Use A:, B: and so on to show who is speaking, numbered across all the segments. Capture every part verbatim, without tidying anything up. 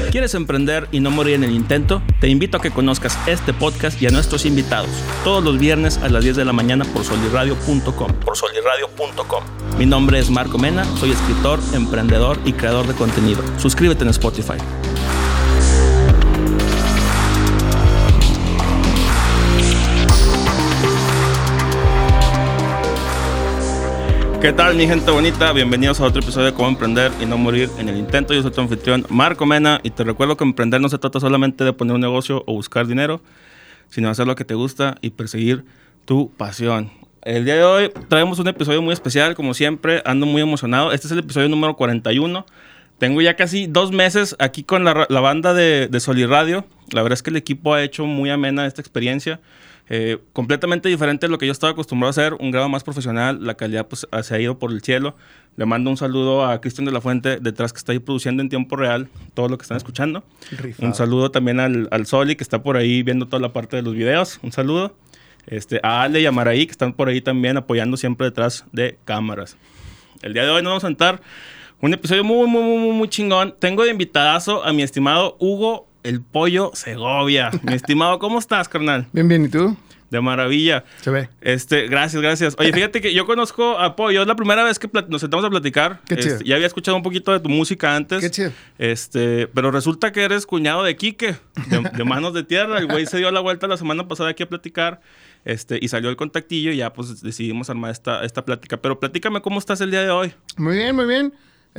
A: ¿Quieres emprender y no morir en el intento? Te invito a que conozcas este podcast y a nuestros invitados todos los viernes a las diez de la mañana por solirradio punto com. Por solirradio punto com. Mi nombre es Marco Mena, soy escritor, emprendedor y creador de contenido. Suscríbete en Spotify. ¿Qué tal, mi gente bonita? Bienvenidos a otro episodio de Cómo Emprender y No Morir en el Intento. Yo soy tu anfitrión, Marco Mena, y te recuerdo que emprender no se trata solamente de poner un negocio o buscar dinero, sino hacer lo que te gusta y perseguir tu pasión. El día de hoy traemos un episodio muy especial, como siempre, ando muy emocionado. Este es el episodio número cuarenta y uno. Tengo ya casi dos meses aquí con la, la banda de, de Solirradio. La verdad es que el equipo ha hecho muy amena esta experiencia. Eh, completamente diferente de lo que yo estaba acostumbrado a hacer, un grado más profesional, la calidad pues se ha ido por el cielo. Le mando un saludo a Cristian de la Fuente detrás, que está ahí produciendo en tiempo real todo lo que están escuchando. Rifado. Un saludo también al, al Soli, que está por ahí viendo toda la parte de los videos. Un saludo este, a Ale y a Maraí, que están por ahí también apoyando siempre detrás de cámaras. El día de hoy nos vamos a sentar un episodio muy, muy, muy, muy chingón. Tengo de invitadazo a mi estimado Hugo El Pollo Segovia. Mi estimado, ¿cómo estás, carnal?
B: Bien, bien, ¿y tú?
A: De maravilla.
B: Se ve.
A: Este, gracias, gracias. Oye, fíjate que yo conozco a Pollo. Es la primera vez que nos sentamos a platicar.
B: Qué chido.
A: Este, ya había escuchado un poquito de tu música antes.
B: Qué chido.
A: Este, pero resulta que eres cuñado de Quique, de, de Manos de Tierra. El güey se dio la vuelta la semana pasada aquí a platicar. Este, y salió el contactillo y ya pues decidimos armar esta, esta plática. Pero platícame cómo estás el día de hoy.
B: Muy bien, muy bien.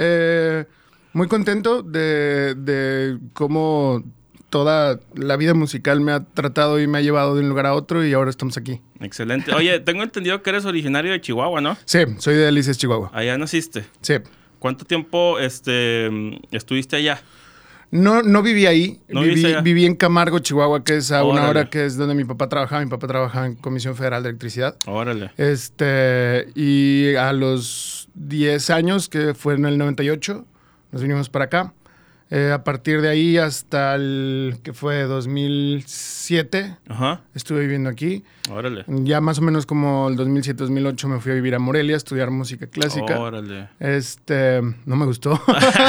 B: Eh, muy contento de, de cómo toda la vida musical me ha tratado y me ha llevado de un lugar a otro, y ahora estamos aquí.
A: Excelente. Oye, tengo entendido que eres originario de Chihuahua, ¿no?
B: Sí, soy de Delicias, Chihuahua.
A: Allá naciste.
B: Sí.
A: ¿Cuánto tiempo este, estuviste allá?
B: No, no viví ahí.
A: ¿No
B: viví,
A: allá?
B: viví en Camargo, Chihuahua, que es a
A: Órale.
B: una hora que es donde mi papá trabajaba. Mi papá trabajaba en Comisión Federal de Electricidad.
A: Órale.
B: Este, y a los diez años, que fue en el noventa y ocho, nos vinimos para acá. Eh, a partir de ahí hasta el que fue dos mil siete,
A: Ajá.
B: estuve viviendo aquí.
A: Órale.
B: Ya más o menos como el dos mil siete, dos mil ocho me fui a vivir a Morelia a estudiar música clásica.
A: Órale.
B: Este, no me gustó.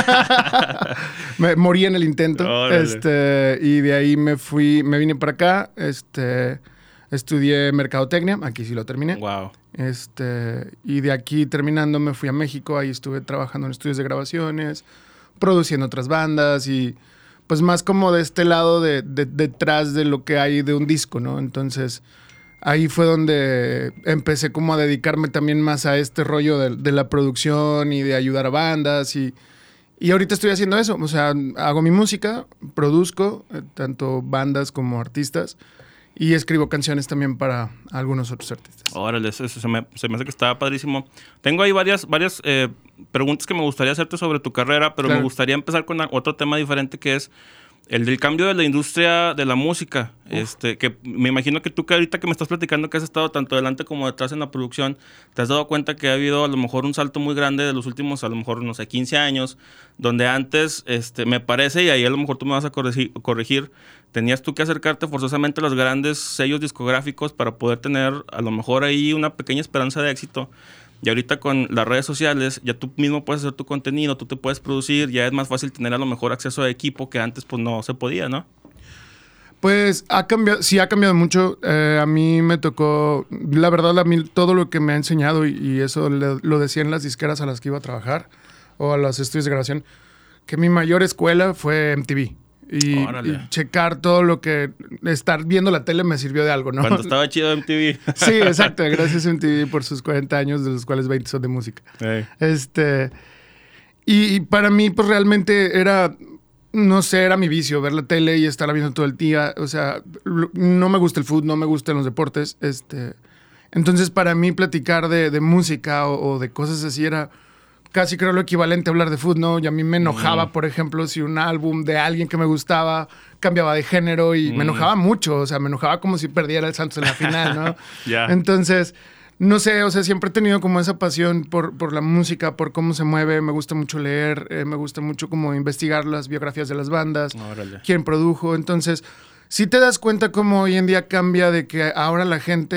B: me morí en el intento.
A: Órale.
B: Este, y de ahí me fui, me vine para acá. Este, estudié mercadotecnia, aquí sí lo terminé.
A: Wow.
B: Este, y de aquí terminando me fui a México, ahí estuve trabajando en estudios de grabaciones, produciendo otras bandas y pues más como de este lado de, de, detrás de lo que hay de un disco, ¿no? Entonces ahí fue donde empecé como a dedicarme también más a este rollo de, de la producción y de ayudar a bandas y, y ahorita estoy haciendo eso, o sea, hago mi música, produzco eh, tanto bandas como artistas y escribo canciones también para algunos otros artistas.
A: Órale, eso, eso se, me, se me hace que estaba padrísimo. Tengo ahí varias, varias eh, preguntas que me gustaría hacerte sobre tu carrera, pero claro, me gustaría empezar con otro tema diferente, que es el del cambio de la industria de la música. Este, que me imagino que tú, que ahorita que me estás platicando que has estado tanto delante como detrás en la producción, te has dado cuenta que ha habido a lo mejor un salto muy grande de los últimos, a lo mejor, no sé, quince años, donde antes, este, me parece, y ahí a lo mejor tú me vas a corregir, corregir, tenías tú que acercarte forzosamente a los grandes sellos discográficos para poder tener a lo mejor ahí una pequeña esperanza de éxito. Y ahorita con las redes sociales ya tú mismo puedes hacer tu contenido, tú te puedes producir, ya es más fácil tener a lo mejor acceso a equipo que antes pues no se podía, ¿no?
B: Pues ha cambiado, sí ha cambiado mucho. Eh, a mí me tocó, la verdad, a mí todo lo que me ha enseñado, y, y eso le, lo decía en las disqueras a las que iba a trabajar o a los estudios de grabación, que mi mayor escuela fue M T V. Y, y checar todo lo que... Estar viendo la tele me sirvió de algo, ¿no?
A: Cuando estaba chido M T V.
B: Sí, exacto. Gracias a M T V por sus cuarenta años, de los cuales veinte son de música.
A: Hey.
B: Este... Y, y para mí, pues realmente era... No sé, era mi vicio, ver la tele y estarla viendo todo el día. O sea, no me gusta el fútbol, no me gustan los deportes. Este... Entonces, para mí, platicar de, de música o, o de cosas así era... Casi creo lo equivalente a hablar de fútbol, ¿no? Y a mí me enojaba, mm. por ejemplo, si un álbum de alguien que me gustaba cambiaba de género y mm. me enojaba mucho. O sea, me enojaba como si perdiera el Santos en la final, ¿no?
A: Yeah.
B: Entonces, no sé, o sea, siempre he tenido como esa pasión por, por la música, por cómo se mueve. Me gusta mucho leer, eh, me gusta mucho como investigar las biografías de las bandas,
A: Órale.
B: quién produjo. Entonces, sí te das cuenta cómo hoy en día cambia de que ahora la gente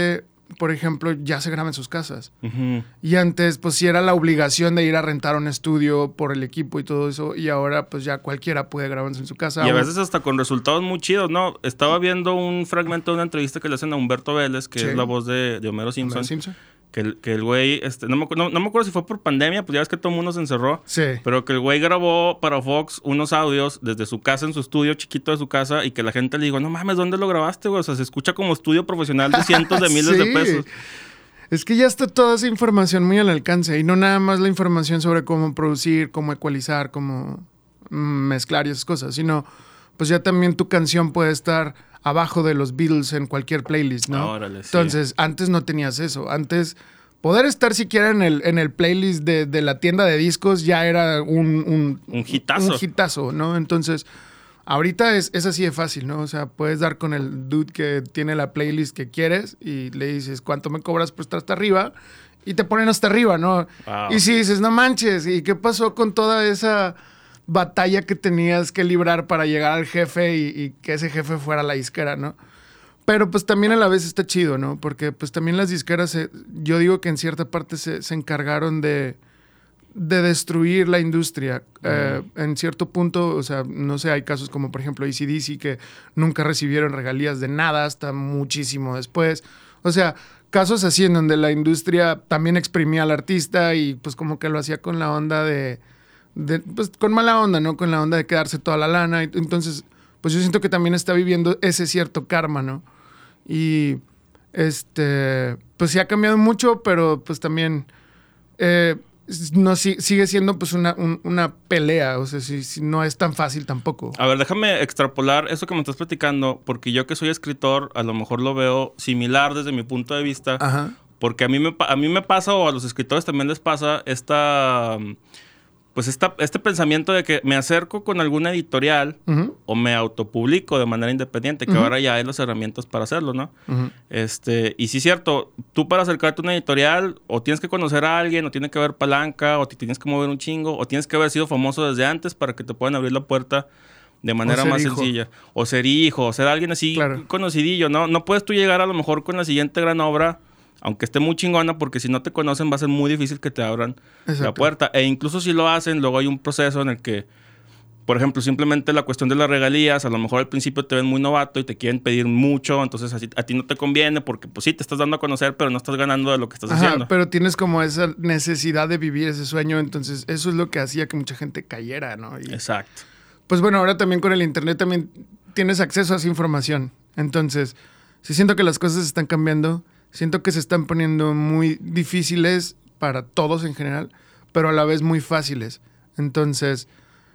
B: por ejemplo, ya se graba en sus casas.
A: Uh-huh.
B: Y antes, pues sí era la obligación de ir a rentar un estudio por el equipo y todo eso. Y ahora, pues ya cualquiera puede grabarse en su casa.
A: Y a veces hasta con resultados muy chidos, ¿no? Estaba viendo un fragmento de una entrevista que le hacen a Humberto Vélez, que sí. es la voz de, de Homero Simpson.
B: Homero Simpson.
A: Que el, que el güey, este, no, me, no, no me acuerdo si fue por pandemia, pues ya ves que todo el mundo se encerró.
B: Sí.
A: Pero que el güey grabó para Fox unos audios desde su casa, en su estudio chiquito de su casa, y que la gente le dijo, no mames, ¿dónde lo grabaste, güey? O sea, se escucha como estudio profesional de cientos de miles
B: sí.
A: de pesos.
B: Es que ya está toda esa información muy al alcance. Y no nada más la información sobre cómo producir, cómo ecualizar, cómo mezclar y esas cosas, sino pues ya también tu canción puede estar abajo de los Beatles en cualquier playlist, ¿no?
A: Órale, sí.
B: Entonces, antes no tenías eso. Antes, poder estar siquiera en el, en el playlist de, de la tienda de discos ya era un... Un,
A: un hitazo.
B: Un hitazo, ¿no? Entonces, ahorita es, es así de fácil, ¿no? O sea, puedes dar con el dude que tiene la playlist que quieres y le dices, ¿cuánto me cobras por estar hasta arriba? Y te ponen hasta arriba, ¿no?
A: Wow.
B: Y si dices, no manches, ¿y qué pasó con toda esa batalla que tenías que librar para llegar al jefe y, y que ese jefe fuera la disquera, ¿no? Pero pues también a la vez está chido, ¿no? Porque pues también las disqueras, se, yo digo que en cierta parte se, se encargaron de, de destruir la industria. Uh-huh. Eh, en cierto punto, o sea, no sé, hay casos como por ejemplo A C D C que nunca recibieron regalías de nada hasta muchísimo después. O sea, casos así en donde la industria también exprimía al artista y pues como que lo hacía con la onda de... De, pues con mala onda, ¿no? Con la onda de quedarse toda la lana. Entonces, pues yo siento que también está viviendo ese cierto karma, ¿no? Y, este, pues sí ha cambiado mucho, pero pues también eh, no, si, sigue siendo pues una, un, una pelea. O sea, si, si no es tan fácil tampoco.
A: A ver, déjame extrapolar eso que me estás platicando, porque yo que soy escritor, a lo mejor lo veo similar desde mi punto de vista.
B: Ajá.
A: Porque a mí me, a mí me pasa, o a los escritores también les pasa, esta... Pues esta, este pensamiento de que me acerco con alguna editorial uh-huh. o me autopublico de manera independiente, que uh-huh. ahora ya hay las herramientas para hacerlo, ¿no? Uh-huh. Este, y sí es cierto, tú para acercarte a una editorial o tienes que conocer a alguien, o tiene que haber palanca, o te tienes que mover un chingo, o tienes que haber sido famoso desde antes para que te puedan abrir la puerta de manera más hijo. sencilla. O ser hijo, o ser alguien así claro. conocidillo, ¿no? No puedes tú llegar a lo mejor con la siguiente gran obra, aunque esté muy chingona, porque si no te conocen va a ser muy difícil que te abran Exacto. la puerta. E incluso si lo hacen, luego hay un proceso en el que, por ejemplo, simplemente la cuestión de las regalías, a lo mejor al principio te ven muy novato y te quieren pedir mucho, entonces así, a ti no te conviene porque pues sí, te estás dando a conocer, pero no estás ganando de lo que estás
B: Ajá,
A: haciendo.
B: Pero tienes como esa necesidad de vivir ese sueño, entonces eso es lo que hacía que mucha gente cayera, ¿no? Y,
A: Exacto.
B: Pues bueno, ahora también con el internet también tienes acceso a esa información. Entonces, sí siento que las cosas están cambiando. Siento que se están poniendo muy difíciles para todos en general, pero a la vez muy fáciles. Entonces,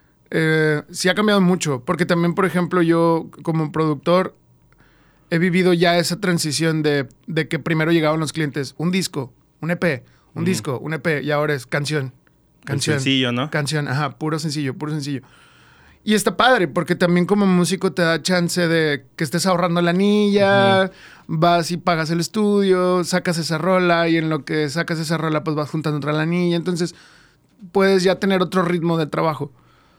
B: eh, sí ha cambiado mucho. Porque también, por ejemplo, yo como productor he vivido ya esa transición de, de que primero llegaban los clientes, un disco, un E P, un uh-huh. disco, un E P, y ahora es canción. Canción.
A: El sencillo, ¿no?
B: Canción, ajá, puro sencillo, puro sencillo. Y está padre, porque también como músico te da chance de que estés ahorrando la anilla, uh-huh. vas y pagas el estudio, sacas esa rola, y en lo que sacas esa rola, pues vas juntando otra lanilla. Entonces, puedes ya tener otro ritmo de trabajo.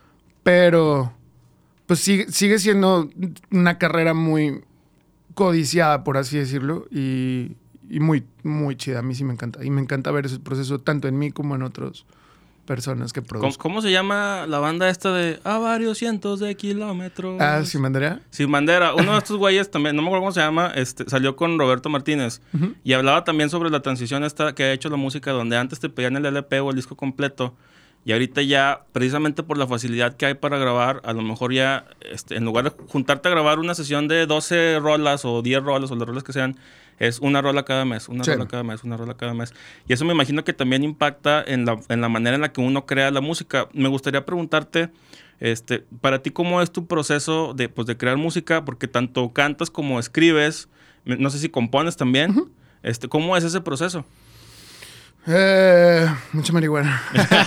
B: Pero, pues sigue, sigue siendo una carrera muy codiciada, por así decirlo, y, y muy, muy chida. A mí sí me encanta. Y me encanta ver ese proceso tanto en mí como en otros personas que producen.
A: ¿Cómo, ¿Cómo se llama la banda esta de a varios cientos de kilómetros?
B: Ah, Sin Bandera.
A: Sin Bandera. Uno de estos güeyes también, no me acuerdo cómo se llama, este, salió con Roberto Martínez uh-huh. y hablaba también sobre la transición esta que ha hecho la música, donde antes te pedían el L P o el disco completo y ahorita ya, precisamente por la facilidad que hay para grabar, a lo mejor ya, este, en lugar de juntarte a grabar una sesión de doce rolas o diez rolas o las rolas que sean, es una rola cada mes, una sí. rola cada mes, una rola cada mes. Y eso me imagino que también impacta en la, en la manera en la que uno crea la música. Me gustaría preguntarte, este, para ti, ¿cómo es tu proceso de, pues, de crear música? Porque tanto cantas como escribes, no sé si compones también. Uh-huh. Este, ¿cómo es ese proceso?
B: Eh, mucha marihuana.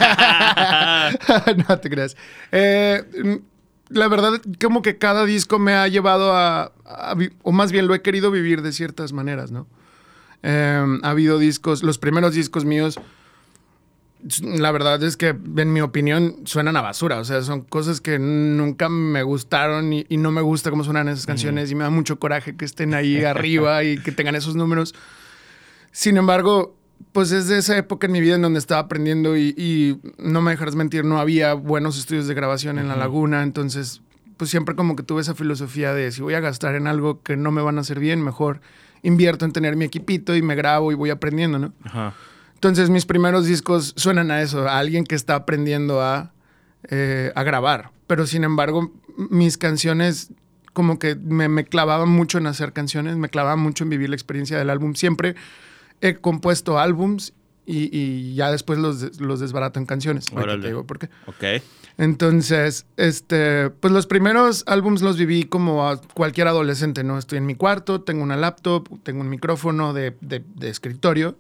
B: No te creas. Eh... La verdad, como que cada disco me ha llevado a, a... O más bien lo he querido vivir de ciertas maneras, ¿no? Eh, ha habido discos... Los primeros discos míos... La verdad es que, en mi opinión, suenan a basura. O sea, son cosas que nunca me gustaron y, y no me gusta cómo suenan esas canciones. Uh-huh. Y me da mucho coraje que estén ahí arriba y que tengan esos números. Sin embargo, pues es de esa época en mi vida en donde estaba aprendiendo y, y no me dejarás mentir, no había buenos estudios de grabación en uh-huh. La Laguna, entonces pues siempre como que tuve esa filosofía de si voy a gastar en algo que no me van a hacer bien, mejor invierto en tener mi equipito y me grabo y voy aprendiendo, ¿no? Uh-huh. Entonces mis primeros discos suenan a eso, a alguien que está aprendiendo a, eh, a grabar, pero sin embargo mis canciones como que me, me clavaban mucho en hacer canciones, me clavaban mucho en vivir la experiencia del álbum, siempre he compuesto álbums y, y ya después los, los desbarato en canciones. Ahorita te digo por qué.
A: Ok.
B: Entonces, este, pues los primeros álbums los viví como a cualquier adolescente, ¿no? Estoy en mi cuarto, tengo una laptop, tengo un micrófono de, de, de escritorio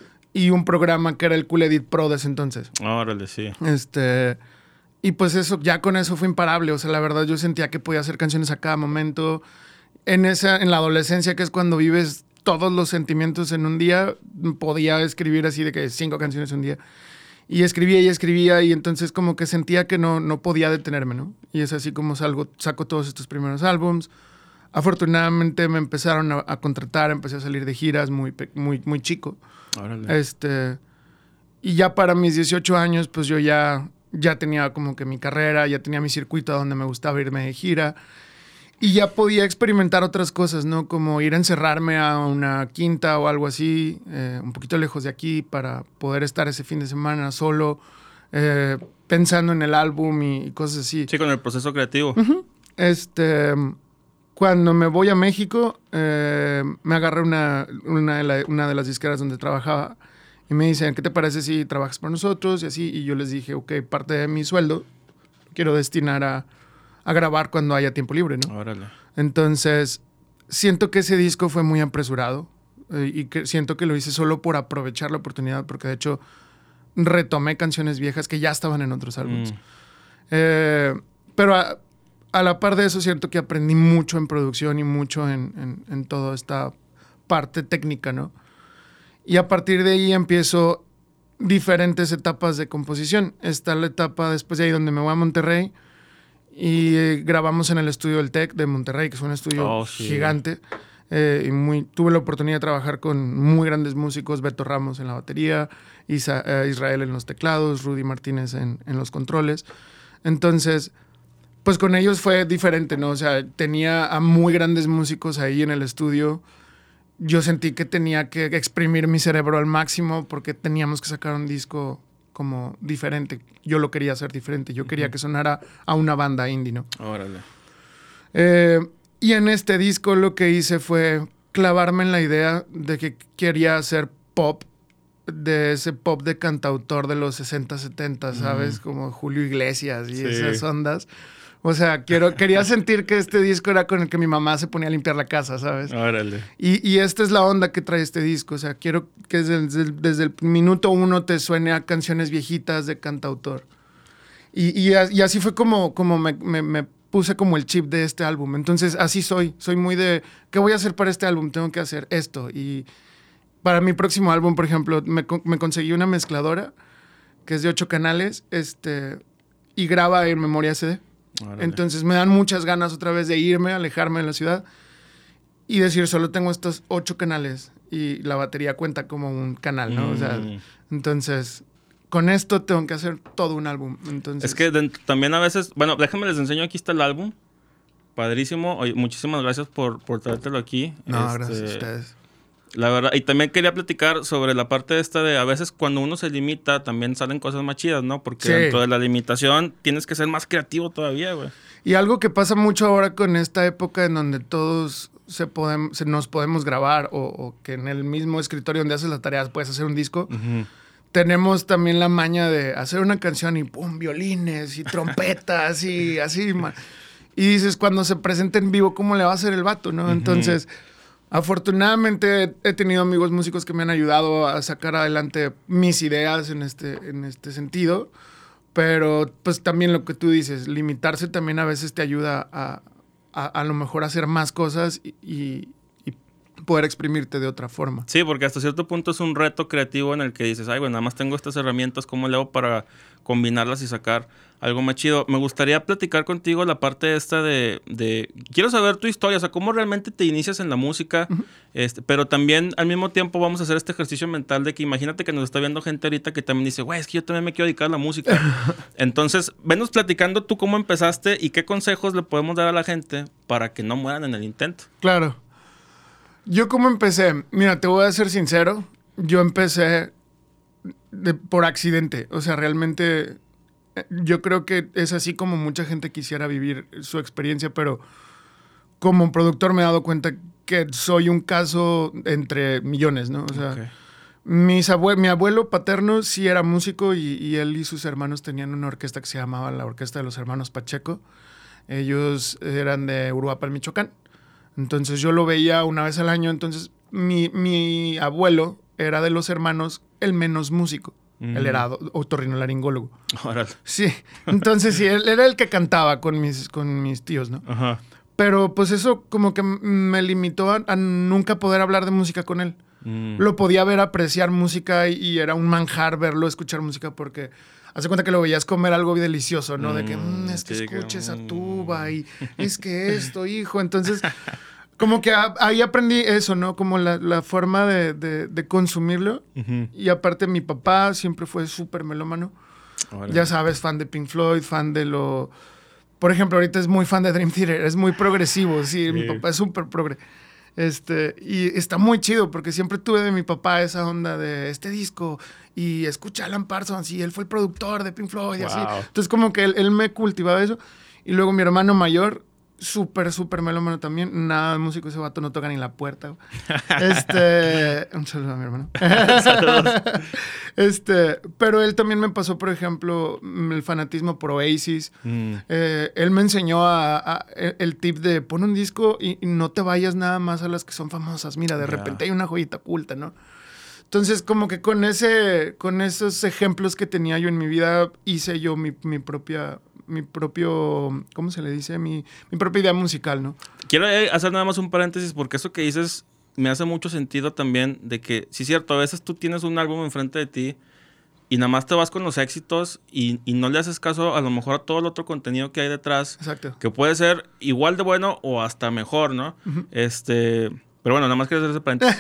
B: y un programa que era el Cool Edit Pro de ese entonces.
A: Órale, sí.
B: Este, y pues eso, ya con eso fue imparable. O sea, la verdad yo sentía que podía hacer canciones a cada momento. En, esa, en la adolescencia, que es cuando vives todos los sentimientos en un día, podía escribir así de que cinco canciones un día. Y escribía y escribía y entonces como que sentía que no, no podía detenerme, ¿no? Y es así como salgo, saco todos estos primeros álbums. Afortunadamente me empezaron a, a contratar, empecé a salir de giras muy, muy, muy chico.
A: Órale.
B: Este, y ya para mis dieciocho años, pues yo ya, ya tenía como que mi carrera, ya tenía mi circuito donde me gustaba irme de gira. Y ya podía experimentar otras cosas, ¿no? Como ir a encerrarme a una quinta o algo así, eh, un poquito lejos de aquí, para poder estar ese fin de semana solo, eh, pensando en el álbum y, y cosas así.
A: Sí, con el proceso creativo.
B: Uh-huh. Este, cuando me voy a México, eh, me agarré una, una, de la, una de las disqueras donde trabajaba y me dicen, ¿qué te parece si trabajas para nosotros? Y así, y yo les dije, ok, parte de mi sueldo quiero destinar a... a grabar cuando haya tiempo libre, ¿no?
A: Órale.
B: Entonces, siento que ese disco fue muy apresurado eh, y que siento que lo hice solo por aprovechar la oportunidad, porque de hecho retomé canciones viejas que ya estaban en otros álbumes. Mm. Eh, pero a, a la par de eso, siento que aprendí mucho en producción y mucho en, en, en toda esta parte técnica, ¿no? Y a partir de ahí empiezo diferentes etapas de composición. Está la etapa después de ahí donde me voy a Monterrey, y eh, grabamos en el estudio del TEC de Monterrey, que es un estudio oh, sí. gigante. Eh, y muy, tuve la oportunidad de trabajar con muy grandes músicos, Beto Ramos en la batería, Isa, eh, Israel en los teclados, Rudy Martínez en, en los controles. Entonces, pues con ellos fue diferente, ¿no? O sea, tenía a muy grandes músicos ahí en el estudio. Yo sentí que tenía que exprimir mi cerebro al máximo porque teníamos que sacar un disco como diferente. Yo lo quería hacer diferente. Yo quería uh-huh. que sonara a una banda indie, ¿no?
A: Órale.
B: Eh, y en este disco lo que hice fue clavarme en la idea de que quería hacer pop, de ese pop de cantautor de los sesenta, setenta, ¿sabes? Uh-huh. Como Julio Iglesias y sí. esas ondas. O sea, quiero, quería sentir que este disco era con el que mi mamá se ponía a limpiar la casa, ¿sabes?
A: Órale.
B: Y, y esta es la onda que trae este disco. O sea, quiero que desde el, desde el minuto uno te suene a canciones viejitas de cantautor. Y, y, y así fue como, como me, me, me puse como el chip de este álbum. Entonces, así soy. Soy muy de, ¿qué voy a hacer para este álbum? Tengo que hacer esto. Y para mi próximo álbum, por ejemplo, me, me conseguí una mezcladora que es de ocho canales este, y graba en memoria C D. Órale. Entonces me dan muchas ganas otra vez de irme, alejarme de la ciudad y decir, solo tengo estos ocho canales y la batería cuenta como un canal, ¿no? Mm. O sea, entonces, con esto tengo que hacer todo un álbum. Entonces,
A: es que de, también a veces, bueno, déjame les enseño, aquí está el álbum. Padrísimo. Oye, muchísimas gracias por, por traértelo aquí.
B: No, este,
A: gracias
B: a ustedes.
A: La verdad, y también quería platicar sobre la parte esta de a veces cuando uno se limita también salen cosas más chidas, ¿no? Porque sí. dentro de la limitación tienes que ser más creativo todavía, güey.
B: Y algo que pasa mucho ahora con esta época en donde todos se podem, se nos podemos grabar o, o que en el mismo escritorio donde haces las tareas puedes hacer un disco, uh-huh. tenemos también la maña de hacer una canción y pum, violines y trompetas y así. Y dices, cuando se presenta en vivo, ¿cómo le va a hacer el vato, no? Uh-huh. Entonces... afortunadamente he tenido amigos músicos que me han ayudado a sacar adelante mis ideas en este, en este sentido, pero pues también lo que tú dices, limitarse también a veces te ayuda a, a, a lo mejor hacer más cosas y, y, y poder exprimirte de otra forma.
A: Sí, porque hasta cierto punto es un reto creativo en el que dices, ay, bueno, nada más tengo estas herramientas, ¿cómo le hago para combinarlas y sacar algo más chido. Me gustaría platicar contigo la parte esta de, de... Quiero saber tu historia, o sea, cómo realmente te inicias en la música, uh-huh. este, pero también al mismo tiempo vamos a hacer este ejercicio mental de que imagínate que nos está viendo gente ahorita que también dice, güey, es que yo también me quiero dedicar a la música. Entonces, venos platicando tú cómo empezaste y qué consejos le podemos dar a la gente para que no mueran en el intento.
B: Claro. Yo cómo empecé, mira, te voy a ser sincero, yo empecé de, por accidente, o sea, realmente... Yo creo que es así como mucha gente quisiera vivir su experiencia, pero como productor me he dado cuenta que soy un caso entre millones, ¿no? O sea, okay. mis abue- mi abuelo paterno sí era músico y, y él y sus hermanos tenían una orquesta que se llamaba la Orquesta de los Hermanos Pacheco. Ellos eran de Uruapan, Michoacán. Entonces yo lo veía una vez al año. Entonces mi, mi abuelo era de los hermanos el menos músico. Mm. Él era otorrinolaringólogo.
A: Órale.
B: Sí, entonces sí, él era el que cantaba con mis, con mis tíos, ¿no?
A: Ajá.
B: Pero pues eso como que me limitó a, a nunca poder hablar de música con él. Mm. Lo podía ver apreciar música y, y era un manjar verlo escuchar música porque hace cuenta que lo veías comer algo delicioso, ¿no? Mm, de que mm, es que sí, escuches que... a tuba y es que esto, hijo. Entonces... Como que a, ahí aprendí eso, ¿no? Como la, la forma de, de, de consumirlo. Uh-huh. Y aparte mi papá siempre fue súper melómano. Ahora. Ya sabes, fan de Pink Floyd, fan de lo... Por ejemplo, ahorita es muy fan de Dream Theater. Es muy progresivo, sí. sí. Mi papá es súper progre. Este, y está muy chido porque siempre tuve de mi papá esa onda de este disco y escucha a Alan Parsons y él fue el productor de Pink Floyd y wow. así. Entonces como que él, él me cultivaba eso. Y luego mi hermano mayor... Súper, súper melómano también. Nada de músico, ese vato no toca ni la puerta. Este... Un saludo a mi hermano. Saludos. Este... Pero él también me pasó, por ejemplo, el fanatismo por Oasis. Mm. Eh, él me enseñó a, a, el tip de pon un disco y, y no te vayas nada más a las que son famosas. Mira, de yeah. repente hay una joyita oculta, ¿no? Entonces, como que con ese... Con esos ejemplos que tenía yo en mi vida, hice yo mi, mi propia... mi propio, ¿cómo se le dice? Mi, mi propia idea musical, ¿no?
A: Quiero hacer nada más un paréntesis porque eso que dices me hace mucho sentido también de que, sí es cierto, a veces tú tienes un álbum enfrente de ti y nada más te vas con los éxitos y, y no le haces caso a lo mejor a todo el otro contenido que hay detrás.
B: Exacto.
A: Que puede ser igual de bueno o hasta mejor, ¿no? Uh-huh. Este... Pero bueno, nada más quiero hacer ese paréntesis.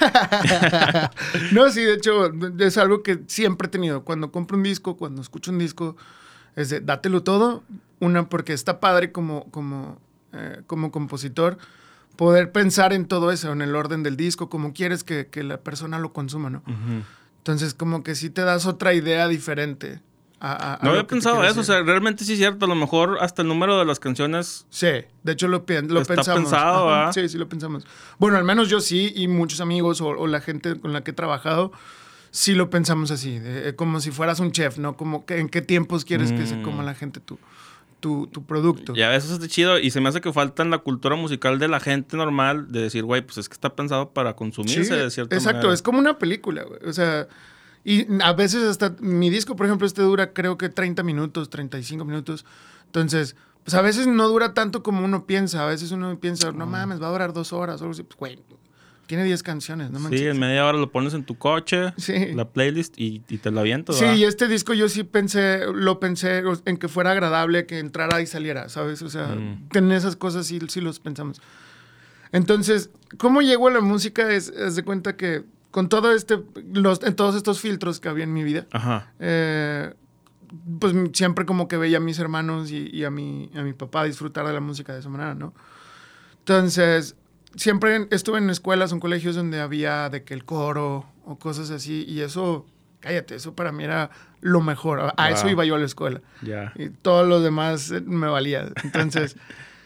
B: No, sí, de hecho, es algo que siempre he tenido. Cuando compro un disco, cuando escucho un disco... Es de, dátelo todo. Una, porque está padre como, como, eh, como compositor poder pensar en todo eso, en el orden del disco, como quieres que, que la persona lo consuma, ¿no? Uh-huh. Entonces, como que sí te das otra idea diferente. A, a,
A: no
B: a
A: había pensado eso, o sea, realmente sí es cierto. A lo mejor hasta el número de las canciones...
B: Sí, de hecho lo, lo
A: está
B: pensamos.
A: pensado, ¿ah?
B: Sí, sí lo pensamos. Bueno, al menos yo sí, y muchos amigos o, o la gente con la que he trabajado... Sí lo pensamos así, de, como si fueras un chef, ¿no? Como que en qué tiempos quieres mm. que se coma la gente tu, tu, tu producto.
A: Ya, eso está chido y se me hace que falta en la cultura musical de la gente normal de decir, güey, pues es que está pensado para consumirse sí, de cierta
B: exacto,
A: manera.
B: Es como una película, güey. O sea, y a veces hasta mi disco, por ejemplo, este dura creo que treinta minutos, treinta y cinco minutos. Entonces, pues a veces no dura tanto como uno piensa. A veces uno piensa, no mames, va a durar dos horas o algo así. Pues, güey... Tiene diez canciones, ¿no manches?
A: Sí, en media hora lo pones en tu coche,
B: sí.
A: la playlist, y, y te lo aviento.
B: Sí, ¿verdad? Y este disco yo sí pensé, lo pensé en que fuera agradable, que entrara y saliera, ¿sabes? O sea, mm. en esas cosas sí, sí los pensamos. Entonces, ¿cómo llegó a la música? Es, es de cuenta que con todo este, los, en todos estos filtros que había en mi vida,
A: Ajá.
B: Eh, pues siempre como que veía a mis hermanos y, y a, mi, a mi papá disfrutar de la música de esa manera, ¿no? Entonces... Siempre estuve en escuelas o en colegios donde había de que el coro o cosas así. Y eso, cállate, eso para mí era lo mejor. A, a wow. eso iba yo a la escuela.
A: Yeah.
B: Y todo lo demás me valía. Entonces,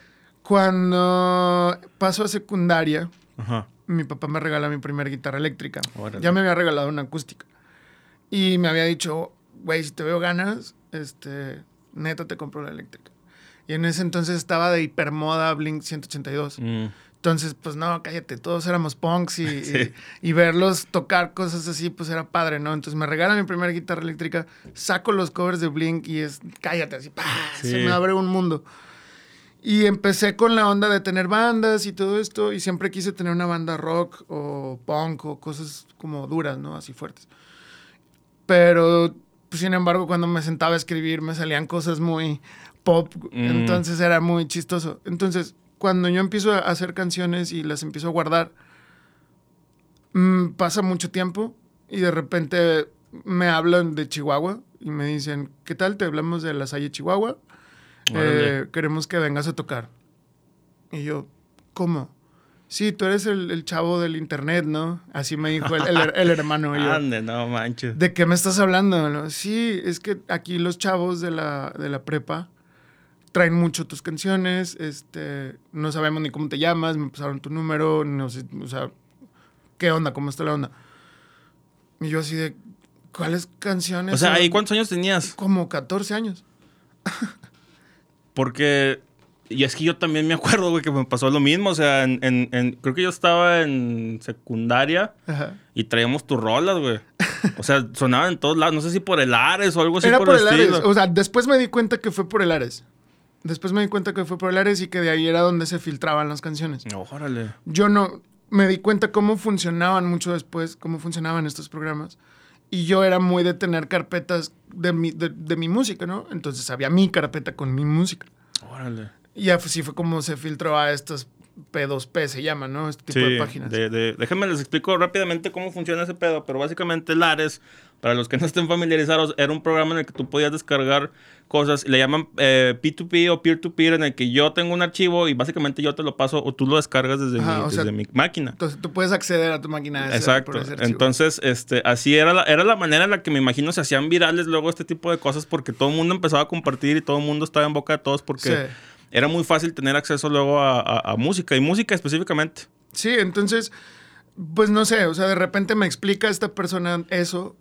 B: cuando paso a secundaria,
A: uh-huh.
B: mi papá me regala mi primera guitarra eléctrica.
A: Órale.
B: Ya me había regalado una acústica. Y me había dicho, güey, si te veo ganas, este, neta te compro la eléctrica. Y en ese entonces estaba de hipermoda Blink ciento ochenta y dos.
A: Mm.
B: Entonces, pues no, cállate, todos éramos punks y,
A: sí.
B: y, y verlos tocar cosas así, pues era padre, ¿no? Entonces me regalan mi primera guitarra eléctrica, saco los covers de Blink y es, cállate, así, ¡pah! Sí. Se me abre un mundo. Y empecé con la onda de tener bandas y todo esto, y siempre quise tener una banda rock o punk o cosas como duras, ¿no? Así fuertes. Pero Pues, sin embargo, cuando me sentaba a escribir me salían cosas muy pop, mm. entonces era muy chistoso. Entonces, cuando yo empiezo a hacer canciones y las empiezo a guardar, mmm, pasa mucho tiempo y de repente me hablan de Chihuahua y me dicen, ¿qué tal? Te hablamos de La Salle, Chihuahua. Eh, queremos que vengas a tocar. Y yo, ¿cómo? Sí, tú eres el, el chavo del internet, ¿no? Así me dijo el, el, el hermano. Y yo,
A: ande, no manches.
B: ¿De qué me estás hablando? ¿No? Sí, es que aquí los chavos de la, de la prepa traen mucho tus canciones, este, no sabemos ni cómo te llamas, me pasaron tu número, no sé, o sea, ¿qué onda? ¿Cómo está la onda? Y yo así de, ¿cuáles canciones?
A: O sea, ¿y cuántos años tenías?
B: Como catorce años.
A: Porque, y es que yo también me acuerdo, güey, que me pasó lo mismo. O sea, en, en, en, creo que yo estaba en secundaria. Ajá. Y traíamos tus rolas, güey. O sea, sonaban en todos lados. No sé si por el Ares o algo así.
B: Era
A: por,
B: por
A: el,
B: el
A: estilo.
B: Ares. O sea, después me di cuenta que fue por el Ares. Después me di cuenta que fue por el Ares y que de ahí era donde se filtraban las canciones.
A: No, órale.
B: Yo no... Me di cuenta cómo funcionaban mucho después, cómo funcionaban estos programas. Y yo era muy de tener carpetas de mi, de, de mi música, ¿no? Entonces había mi carpeta con mi música.
A: Órale.
B: Y así fue como se filtró a estos P dos P, se llama, ¿no? Este tipo
A: sí,
B: de páginas.
A: De, de, déjenme les explico rápidamente cómo funciona ese pedo. Pero básicamente el Ares, para los que no estén familiarizados, era un programa en el que tú podías descargar cosas. Le llaman eh, P dos P o peer-to-peer, en el que yo tengo un archivo y básicamente yo te lo paso o tú lo descargas desde, Ajá, mi, desde sea, mi máquina.
B: Entonces tú puedes acceder a tu máquina. Esa,
A: Exacto. Por ese entonces, este, así era la, era la manera en la que me imagino se hacían virales luego este tipo de cosas, porque todo el mundo empezaba a compartir y todo el mundo estaba en boca de todos porque... Sí. Era muy fácil tener acceso luego a, a, a música, y música específicamente.
B: Sí, entonces, pues no sé, o sea, de repente me explica esta persona eso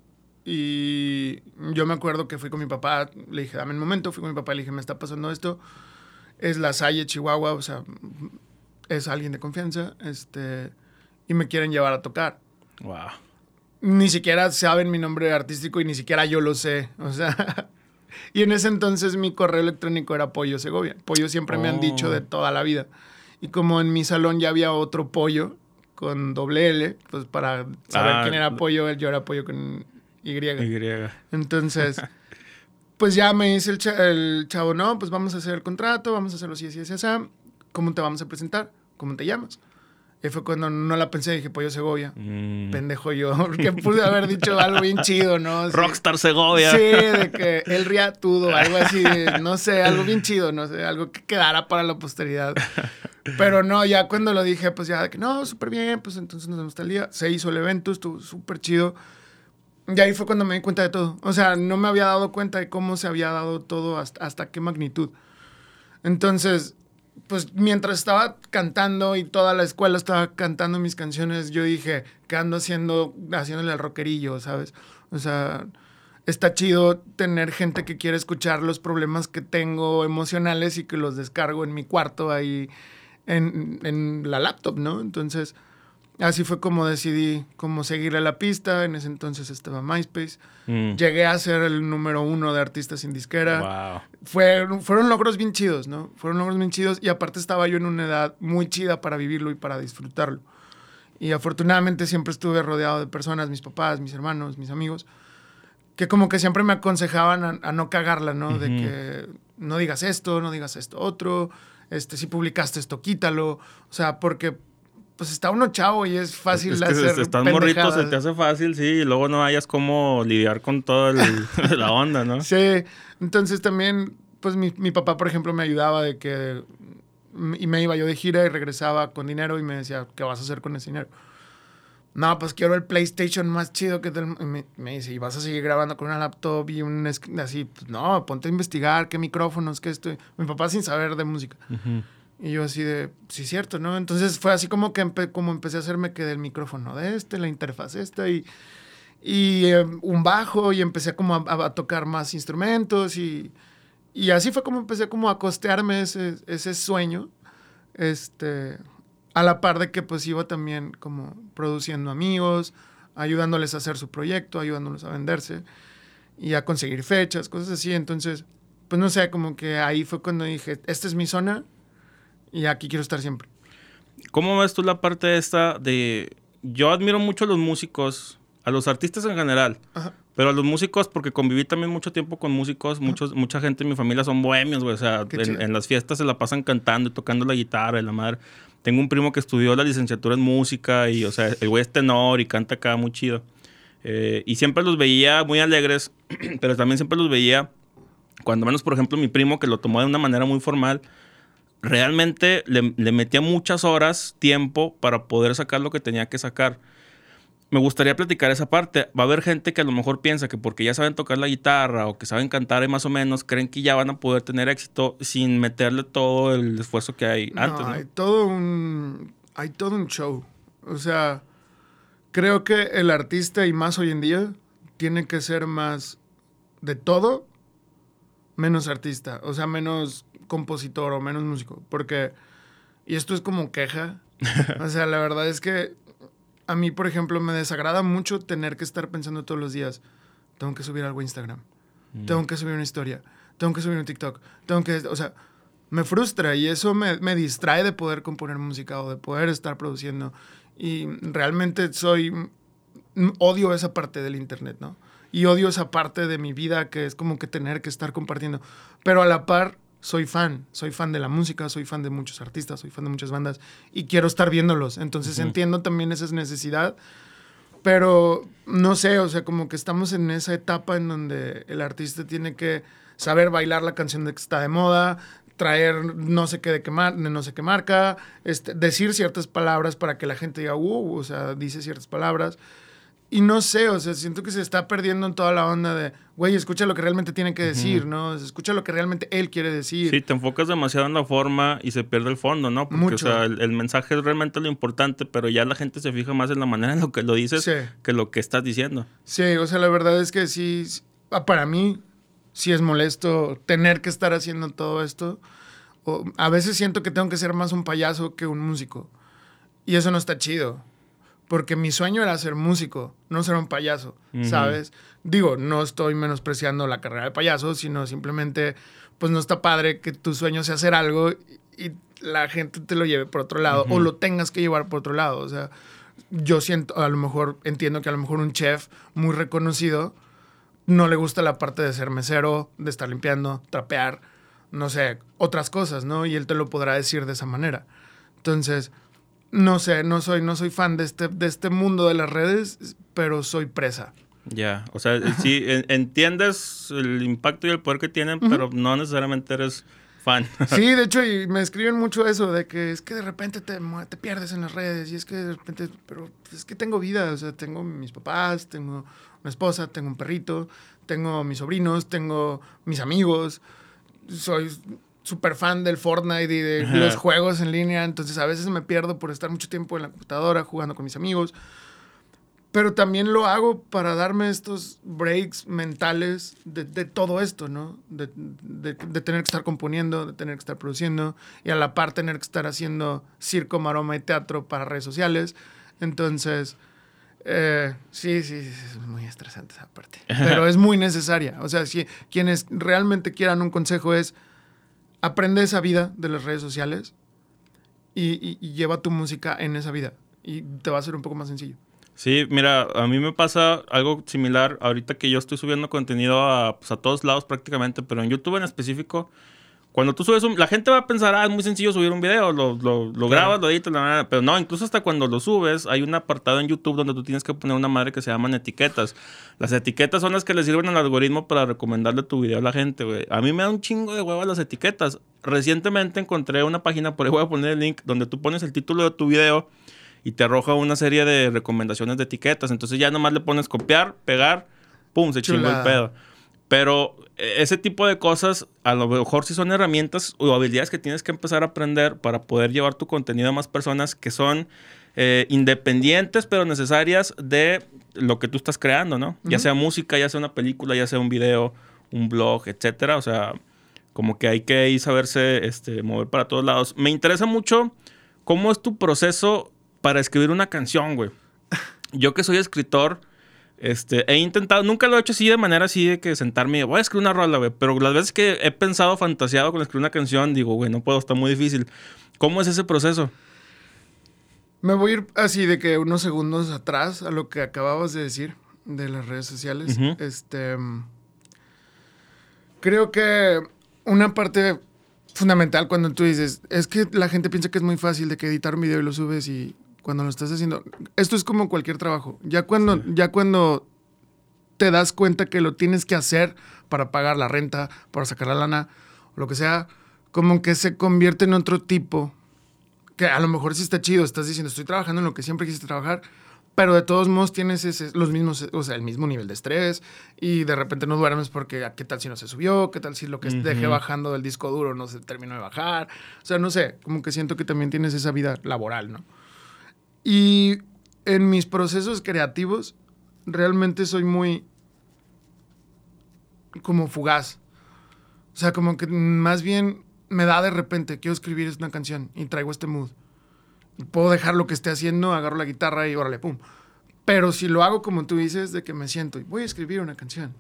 B: y yo me acuerdo que fui con mi papá, le dije, dame un momento, fui con mi papá y le dije, me está pasando esto, es La Salle, Chihuahua, o sea, es alguien de confianza, este, y me quieren llevar a tocar.
A: Wow.
B: Ni siquiera saben mi nombre artístico y ni siquiera yo lo sé, o sea... Y en ese entonces mi correo electrónico era Pollo Segovia. Pollo siempre oh. me han dicho de toda la vida. Y como en mi salón ya había otro Pollo con doble L, pues para saber ah, quién era Pollo, yo era Pollo con Y.
A: Y.
B: Entonces, pues ya me dice el, cha- el chavo, no, pues vamos a hacer el contrato, vamos a hacerlo así, así, así, así. ¿Cómo te vamos a presentar? ¿Cómo te llamas? Y fue cuando no la pensé, dije, Pollo Segovia. Mm. Pendejo yo, porque pude haber dicho algo bien chido, ¿no? Así,
A: Rockstar Segovia.
B: Sí, de que el riatudo, algo así, no sé, algo bien chido, no sé, algo que quedara para la posteridad. Pero no, ya cuando lo dije, pues ya de que no, súper bien, pues entonces nos vemos tal día. Se hizo el evento, estuvo súper chido. Y ahí fue cuando me di cuenta de todo. O sea, no me había dado cuenta de cómo se había dado todo, hasta, hasta qué magnitud. Entonces... Pues mientras estaba cantando y toda la escuela estaba cantando mis canciones, yo dije, ¿qué ando haciendo, haciéndole al rockerillo, sabes? O sea, está chido tener gente que quiere escuchar los problemas que tengo emocionales y que los descargo en mi cuarto ahí en, en la laptop, ¿no? Entonces, así fue como decidí cómo seguirle la pista. En ese entonces estaba MySpace. Mm. Llegué a ser el número uno de artistas sin disquera.
A: Wow.
B: Fue, fueron logros bien chidos, ¿no? Fueron logros bien chidos. Y aparte estaba yo en una edad muy chida para vivirlo y para disfrutarlo. Y afortunadamente siempre estuve rodeado de personas, mis papás, mis hermanos, mis amigos, que como que siempre me aconsejaban a, a no cagarla, ¿no? Uh-huh. De que no digas esto, no digas esto otro. Este, si publicaste esto, quítalo. O sea, porque... Pues está uno chavo y es fácil es que hacer
A: si estás morrito, se te hace fácil, sí, y luego no hayas cómo lidiar con toda la onda, ¿no?
B: Sí, entonces también, pues mi, mi papá, por ejemplo, me ayudaba de que... Y me iba yo de gira y regresaba con dinero y me decía, ¿qué vas a hacer con ese dinero? No, pues quiero el PlayStation más chido que... Te... Me, me dice, ¿y vas a seguir grabando con una laptop y un... Así, pues no, ponte a investigar qué micrófonos, qué esto... Mi papá sin saber de música. Uh-huh. Y yo así de, sí, cierto, ¿no? Entonces fue así como que empe- como empecé a hacerme que del micrófono de este, la interfaz esta y, y eh, un bajo y empecé como a, a tocar más instrumentos y, y así fue como empecé como a costearme ese, ese sueño, este, a la par de que pues iba también como produciendo amigos, ayudándoles a hacer su proyecto, ayudándoles a venderse y a conseguir fechas, cosas así. Entonces, pues no sé, como que ahí fue cuando dije, esta es mi zona. Y aquí quiero estar siempre.
A: ¿Cómo ves tú la parte esta de... Yo admiro mucho a los músicos, a los artistas en general. Ajá. Pero los músicos, porque conviví también mucho tiempo con músicos, muchos, mucha gente en mi familia son bohemios, güey. O sea, en, en las fiestas se la pasan cantando y tocando la guitarra y la madre. Tengo un primo que estudió la licenciatura en música y, o sea, el güey es tenor y canta acá muy chido. Eh, y siempre los veía muy alegres, pero también siempre los veía, cuando menos, por ejemplo, mi primo, que lo tomó de una manera muy formal, realmente le, le metía muchas horas, tiempo, para poder sacar lo que tenía que sacar. Me gustaría platicar esa parte. Va a haber gente que a lo mejor piensa que porque ya saben tocar la guitarra o que saben cantar y más o menos, creen que ya van a poder tener éxito sin meterle todo el esfuerzo que hay
B: no,
A: antes, ¿no?
B: Hay todo un, hay todo un show. O sea, creo que el artista, y más hoy en día, tiene que ser más de todo, menos artista. O sea, menos compositor o menos músico. Porque, y esto es como queja, o sea, la verdad es que a mí, por ejemplo, me desagrada mucho tener que estar pensando todos los días, tengo que subir algo a Instagram, mm. tengo que subir una historia, tengo que subir un TikTok, tengo que... O sea, me frustra y eso me, me distrae de poder componer música o de poder estar produciendo. Y realmente soy... Odio esa parte del internet, ¿no? Y odio esa parte de mi vida que es como que tener que estar compartiendo. Pero a la par... soy fan, soy fan de la música, soy fan de muchos artistas, soy fan de muchas bandas y quiero estar viéndolos. Entonces uh-huh. entiendo también esa necesidad, pero no sé, o sea, como que estamos en esa etapa en donde el artista tiene que saber bailar la canción de que está de moda, traer no sé qué de qué, mar- no sé qué marca, este, decir ciertas palabras para que la gente diga, uh, o sea, dice ciertas palabras. Y no sé, o sea, siento que se está perdiendo en toda la onda de, güey, escucha lo que realmente tiene que decir, uh-huh. ¿no? Escucha lo que realmente él quiere decir.
A: Sí, te enfocas demasiado en la forma y se pierde el fondo, ¿no? Porque,
B: Mucho.
A: o sea, el, el mensaje es realmente lo importante, pero ya la gente se fija más en la manera en lo que lo dices
B: sí.
A: que lo que estás diciendo.
B: Sí, o sea, la verdad es que sí, para mí sí es molesto tener que estar haciendo todo esto. O, a veces siento que tengo que ser más un payaso que un músico. Y eso no está chido. Porque mi sueño era ser músico, no ser un payaso, uh-huh. ¿sabes? Digo, no estoy menospreciando la carrera de payaso, sino simplemente, pues no está padre que tu sueño sea hacer algo y, y la gente te lo lleve por otro lado, uh-huh. o lo tengas que llevar por otro lado. O sea, yo siento, a lo mejor, entiendo que a lo mejor un chef muy reconocido no le gusta la parte de ser mesero, de estar limpiando, trapear, no sé, otras cosas, ¿no? Y él te lo podrá decir de esa manera. Entonces... No sé, no soy, no soy fan de este, de este mundo de las redes, pero soy presa.
A: Ya, yeah. O sea, sí, en, entiendes el impacto y el poder que tienen, uh-huh. pero no necesariamente eres fan.
B: Sí, de hecho, y me escriben mucho eso, de que es que de repente te, te pierdes en las redes, y es que de repente, pero es que tengo vida, o sea, tengo mis papás, tengo una esposa, tengo un perrito, tengo mis sobrinos, tengo mis amigos, soy... súper fan del Fortnite y de uh-huh. los juegos en línea, entonces a veces me pierdo por estar mucho tiempo en la computadora jugando con mis amigos, pero también lo hago para darme estos breaks mentales de, de todo esto, ¿no? De, de, de tener que estar componiendo, de tener que estar produciendo y a la par tener que estar haciendo circo, maroma y teatro para redes sociales, entonces... Eh, sí, sí, sí, es muy estresante esa parte, pero es muy necesaria, o sea, si quienes realmente quieran un consejo es aprende esa vida de las redes sociales y, y, y lleva tu música en esa vida y te va a ser un poco más sencillo.
A: Sí, mira, a mí me pasa algo similar ahorita que yo estoy subiendo contenido a, pues, a todos lados prácticamente, pero en YouTube en específico, cuando tú subes un... La gente va a pensar, ah, es muy sencillo subir un video, lo, lo, lo claro. grabas, lo editas, la verdad, pero no, incluso hasta cuando lo subes, hay un apartado en YouTube donde tú tienes que poner una madre que se llaman etiquetas. Las etiquetas son las que le sirven al algoritmo para recomendarle tu video a la gente, güey. A mí me da un chingo de huevo las etiquetas. Recientemente encontré una página, por ahí voy a poner el link, donde tú pones el título de tu video y te arroja una serie de recomendaciones de etiquetas. Entonces ya nomás le pones copiar, pegar, pum, se chingó el pedo. Pero ese tipo de cosas, a lo mejor sí son herramientas o habilidades que tienes que empezar a aprender para poder llevar tu contenido a más personas que son eh, independientes, pero necesarias de lo que tú estás creando, ¿no? Uh-huh. Ya sea música, ya sea una película, ya sea un video, un blog, etcétera. O sea, como que hay que ahí saberse este, mover para todos lados. Me interesa mucho cómo es tu proceso para escribir una canción, güey. Yo que soy escritor... Este, he intentado, nunca lo he hecho así de manera así de que sentarme y voy a escribir una rola, güey. Pero las veces que he pensado, fantaseado con escribir una canción, digo, güey, no puedo, está muy difícil. ¿Cómo es ese proceso?
B: Me voy a ir así de que unos segundos atrás a lo que acababas de decir. de las redes sociales.
A: Uh-huh.
B: Este, creo que una parte fundamental cuando tú dices, es que la gente piensa que es muy fácil de que editar un video y lo subes y cuando lo estás haciendo, esto es como cualquier trabajo. Ya cuando, sí. ya cuando te das cuenta que lo tienes que hacer para pagar la renta, para sacar la lana, o lo que sea, como que se convierte en otro tipo, que a lo mejor sí está chido, estás diciendo, estoy trabajando en lo que siempre quisiste trabajar, pero de todos modos tienes ese, los mismos, o sea, el mismo nivel de estrés y de repente no duermes porque qué tal si no se subió, qué tal si lo que uh-huh. dejé bajando del disco duro no se terminó de bajar. O sea, no sé, como que siento que también tienes esa vida laboral, ¿no? Y en mis procesos creativos realmente soy muy como fugaz. O sea, como que más bien me da de repente, quiero escribir una canción y traigo este mood. Puedo dejar lo que esté haciendo, agarro la guitarra y órale, pum. Pero si lo hago como tú dices, de que me siento y voy a escribir una canción.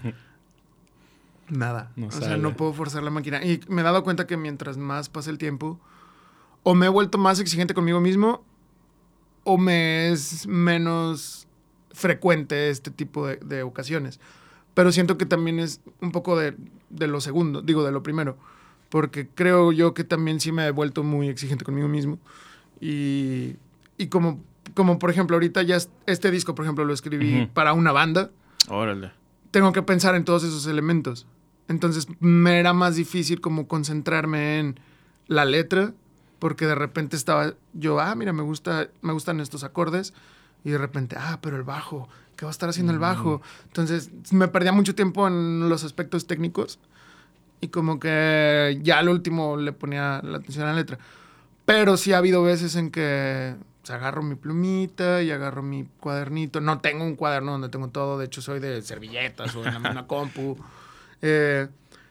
B: Nada. No o sale. sea, no puedo forzar la máquina. Y me he dado cuenta que mientras más pasa el tiempo, o me he vuelto más exigente conmigo mismo, o me es menos frecuente este tipo de, de ocasiones. Pero siento que también es un poco de, de lo segundo, digo, de lo primero. Porque creo yo que también sí me he vuelto muy exigente conmigo mismo. Y, y como, como, por ejemplo, ahorita ya este disco, por ejemplo, lo escribí uh-huh. para una banda.
A: Órale.
B: Tengo que pensar en todos esos elementos. Entonces, me era más difícil como concentrarme en la letra, porque de repente estaba yo, ah, mira, me gusta, me gustan estos acordes, y de repente, ah, pero el bajo, ¿qué va a estar haciendo uh-huh. el bajo? Entonces, me perdía mucho tiempo en los aspectos técnicos, y como que ya al último le ponía la atención a la letra. Pero sí ha habido veces en que pues, agarro mi plumita y agarro mi cuadernito. No tengo un cuaderno donde tengo todo. De hecho, soy de servilletas o en la misma compu. Eh,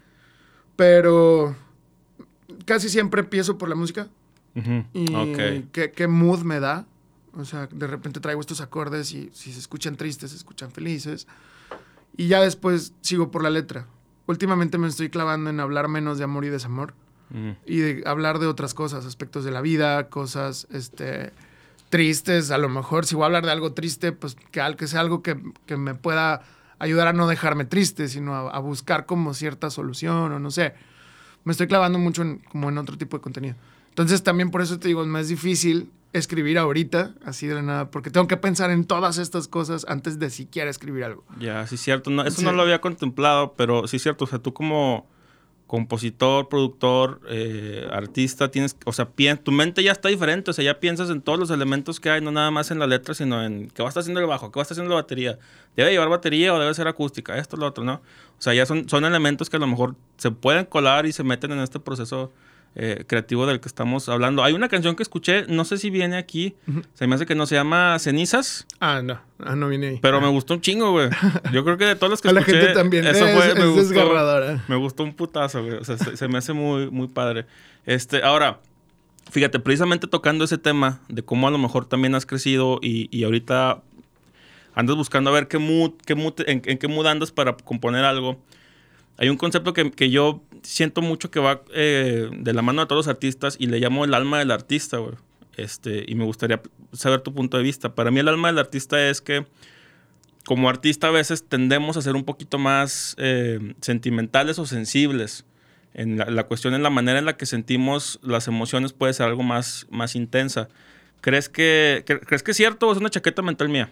B: pero casi siempre empiezo por la música. Uh-huh. Y okay. qué, qué mood me da. O sea, de repente traigo estos acordes y si se escuchan tristes, se escuchan felices. Y ya después sigo por la letra. Últimamente me estoy clavando en hablar menos de amor y desamor. Uh-huh. Y de hablar de otras cosas, aspectos de la vida, cosas este, tristes. A lo mejor si voy a hablar de algo triste, pues que, que sea algo que, que me pueda ayudar a no dejarme triste, sino a, a buscar como cierta solución o no sé. Me estoy clavando mucho en, como en otro tipo de contenido. Entonces también por eso te digo, es más difícil escribir ahorita, así de la nada, porque tengo que pensar en todas estas cosas antes de siquiera escribir algo.
A: Ya, sí es cierto. No, eso
B: sí.
A: no lo había contemplado, pero sí es cierto. O sea, tú como compositor, productor, eh, artista, tienes, o sea, pi- tu mente ya está diferente, o sea, ya piensas en todos los elementos que hay, no nada más en la letra, sino en qué va a estar haciendo el bajo, qué va a estar haciendo la batería, debe llevar batería o debe ser acústica, esto, lo otro, ¿no? O sea, ya son, son elementos que a lo mejor se pueden colar y se meten en este proceso eh, creativo del que estamos hablando. Hay una canción que escuché, no sé si viene aquí, uh-huh. se me hace que no, se llama Cenizas.
B: Ah, no, ah, no viene ahí.
A: Pero
B: ah.
A: me gustó un chingo, güey. Yo creo que de todas las que
B: a
A: escuché,
B: la gente también.
A: Eso fue,
B: es,
A: me
B: es
A: gustó,
B: desgarradora.
A: Me gustó un putazo, güey. O sea, se, se me hace muy, muy padre. Este, ahora, fíjate, precisamente tocando ese tema de cómo a lo mejor también has crecido y, y ahorita andas buscando a ver qué mood, qué mood, en, en qué mood andas para componer algo. Hay un concepto que, que yo siento mucho que va eh, de la mano de todos los artistas y le llamo el alma del artista, güey. Este, y me gustaría saber tu punto de vista. Para mí el alma del artista es que como artista a veces tendemos a ser un poquito más eh, sentimentales o sensibles. En la, la cuestión en la manera en la que sentimos las emociones puede ser algo más, más intensa. ¿Crees que, cre- ¿Crees que es cierto o es una chaqueta mental mía?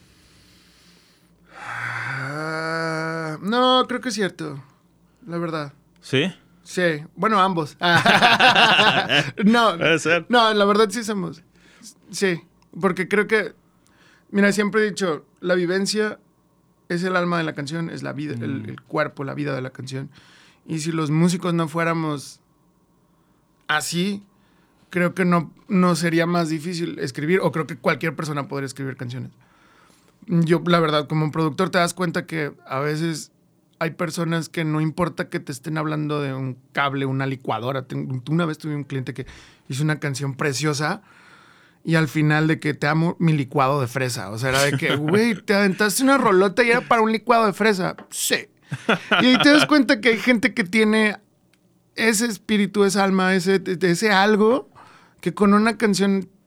B: No, creo que es cierto. La verdad.
A: ¿Sí?
B: Sí. Bueno, ambos. no,
A: Puede ser.
B: No, la verdad sí somos. Sí. Porque creo que... Mira, siempre he dicho, la vivencia es el alma de la canción, es la vida, mm. el, el cuerpo, la vida de la canción. Y si los músicos no fuéramos así, creo que no, no sería más difícil escribir, o creo que cualquier persona podría escribir canciones. Yo, la verdad, como productor te das cuenta que a veces hay personas que no importa que te estén hablando de un cable, una licuadora. Una vez tuve un cliente que hizo una canción preciosa y al final de que te amo mi licuado de fresa. O sea, era de que, güey, te aventaste una rolota y era para un licuado de fresa. Sí. Y ahí te das cuenta que hay gente que tiene ese espíritu, esa alma, ese, ese algo que con una canción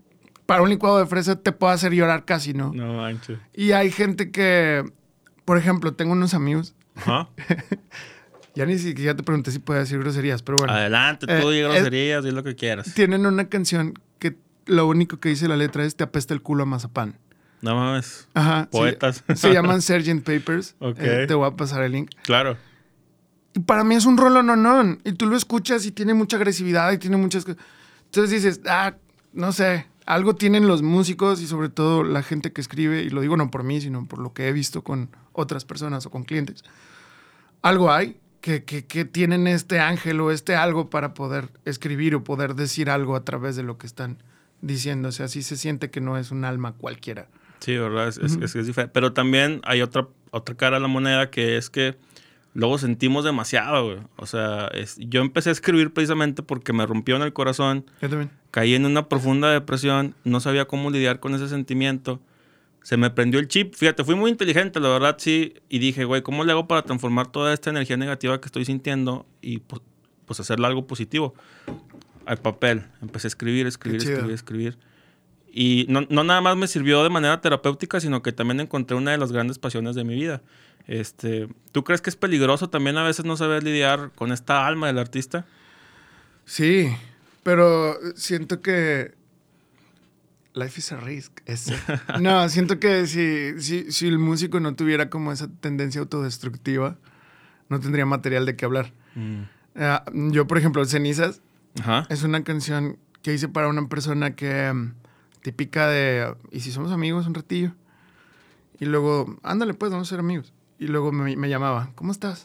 B: para un licuado de fresa te puede hacer llorar casi, ¿no?
A: No manches.
B: Y hay gente que, por ejemplo, tengo unos amigos.
A: Ajá.
B: Ya ni siquiera te pregunté si puedes decir groserías, pero bueno.
A: Adelante, tú
B: Eh,
A: di
B: eh,
A: groserías, di lo que quieras.
B: Tienen una canción que lo único que dice la letra es te apesta el culo a mazapán.
A: No mames.
B: Ajá.
A: Poetas.
B: Se, se llaman sergeant Papers.
A: Ok.
B: Eh, te voy a pasar el link.
A: Claro.
B: Y para mí es un rolo no, no. Y tú lo escuchas y tiene mucha agresividad y tiene muchas cosas. Entonces dices, ah, no sé, algo tienen los músicos y sobre todo la gente que escribe, y lo digo no por mí, sino por lo que he visto con otras personas o con clientes. Algo hay que, que, que tienen este ángel o este algo para poder escribir o poder decir algo a través de lo que están diciendo. O sea, sí se siente que no es un alma cualquiera.
A: Sí, ¿verdad? Es, es, es, es diferente. Pero también hay otra, otra cara a la moneda, que es que luego sentimos demasiado, güey. O sea, es, yo empecé a escribir precisamente porque me rompió en el corazón.
B: Yo también.
A: Caí en una profunda depresión. No sabía cómo lidiar con ese sentimiento. Se me prendió el chip. Fíjate, fui muy inteligente, la verdad, sí. Y dije, güey, ¿cómo le hago para transformar toda esta energía negativa que estoy sintiendo y pues, pues hacerle algo positivo? Al papel. Empecé a escribir, escribir, escribir, escribir. Y no, no nada más me sirvió de manera terapéutica, sino que también encontré una de las grandes pasiones de mi vida. Este, ¿tú crees que es peligroso también a veces no saber lidiar con esta alma del artista?
B: Sí, pero siento que life is a risk. Ese. No, siento que si, si, si el músico no tuviera como esa tendencia autodestructiva, no tendría material de qué hablar. Mm. Uh, yo, por ejemplo, Cenizas, Ajá. es una canción que hice para una persona que um, típica de, ¿y si somos amigos un ratillo? Y luego, ándale pues, vamos a ser amigos. Y luego me, me llamaba, ¿cómo estás?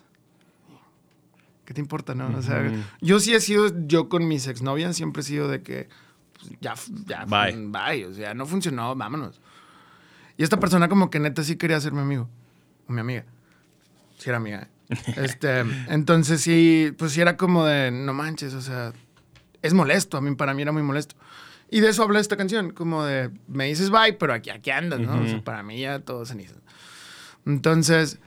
B: ¿Qué te importa, no? Uh-huh. O sea, yo sí he sido, yo con mis exnovias siempre he sido de que, pues, ya, ya,
A: bye.
B: bye, o sea, no funcionó, vámonos. Y esta persona como que neta sí quería ser mi amigo, o mi amiga. Sí era amiga. este, entonces sí, pues sí era como de, no manches, o sea, es molesto, a mí, para mí era muy molesto. Y de eso habla esta canción, como de, me dices bye, pero aquí, aquí andas, ¿no? Uh-huh. O sea, para mí ya todo ceniza. Entonces,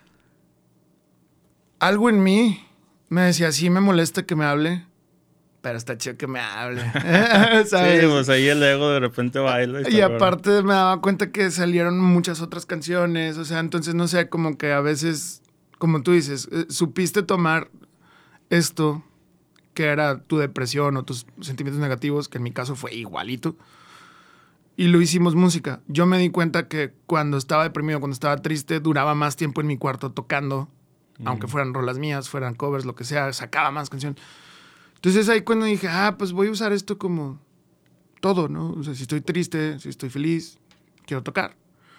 B: algo en mí me decía, sí me molesta que me hable, pero está chido que me hable. ¿Sabes?
A: Sí, pues ahí el ego de repente baila.
B: Y, y aparte bueno. me daba cuenta que salieron muchas otras canciones, o sea, entonces no sé, como que a veces, como tú dices, eh, supiste tomar esto, que era tu depresión o tus sentimientos negativos, que en mi caso fue igualito, y lo hicimos música. Yo me di cuenta que cuando estaba deprimido, cuando estaba triste, duraba más tiempo en mi cuarto tocando, mm. aunque fueran rolas mías, fueran covers, lo que sea, sacaba más canciones. Entonces ahí cuando dije, ah, pues voy a usar esto como todo, ¿no? O sea, si estoy triste, si estoy feliz, quiero tocar.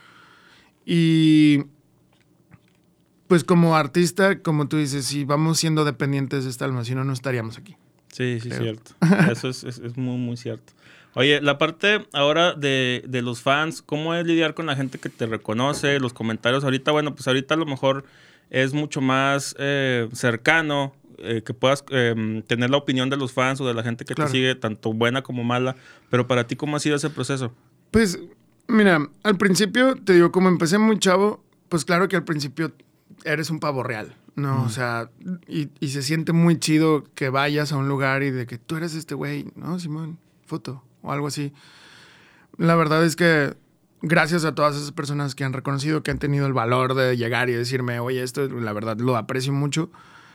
B: Y pues como artista, como tú dices, si vamos siendo dependientes de esta alma, si no, no estaríamos aquí.
A: Sí, sí, es cierto. Eso es, es, es muy, muy cierto. Oye, la parte ahora de, de los fans, ¿cómo es lidiar con la gente que te reconoce? Los comentarios ahorita, bueno, pues ahorita a lo mejor es mucho más eh, cercano eh, que puedas eh, tener la opinión de los fans o de la gente que claro. te sigue, tanto buena como mala. Pero para ti, ¿cómo ha sido ese proceso?
B: Pues, mira, al principio, te digo, como empecé muy chavo, pues claro que al principio eres un pavo real, ¿no? Mm. O sea, y, y se siente muy chido que vayas a un lugar y de que tú eres este güey, ¿no, Simón? Foto o algo así. La verdad es que gracias a todas esas personas que han reconocido, que han tenido el valor de llegar y decirme, oye, esto la verdad lo aprecio mucho.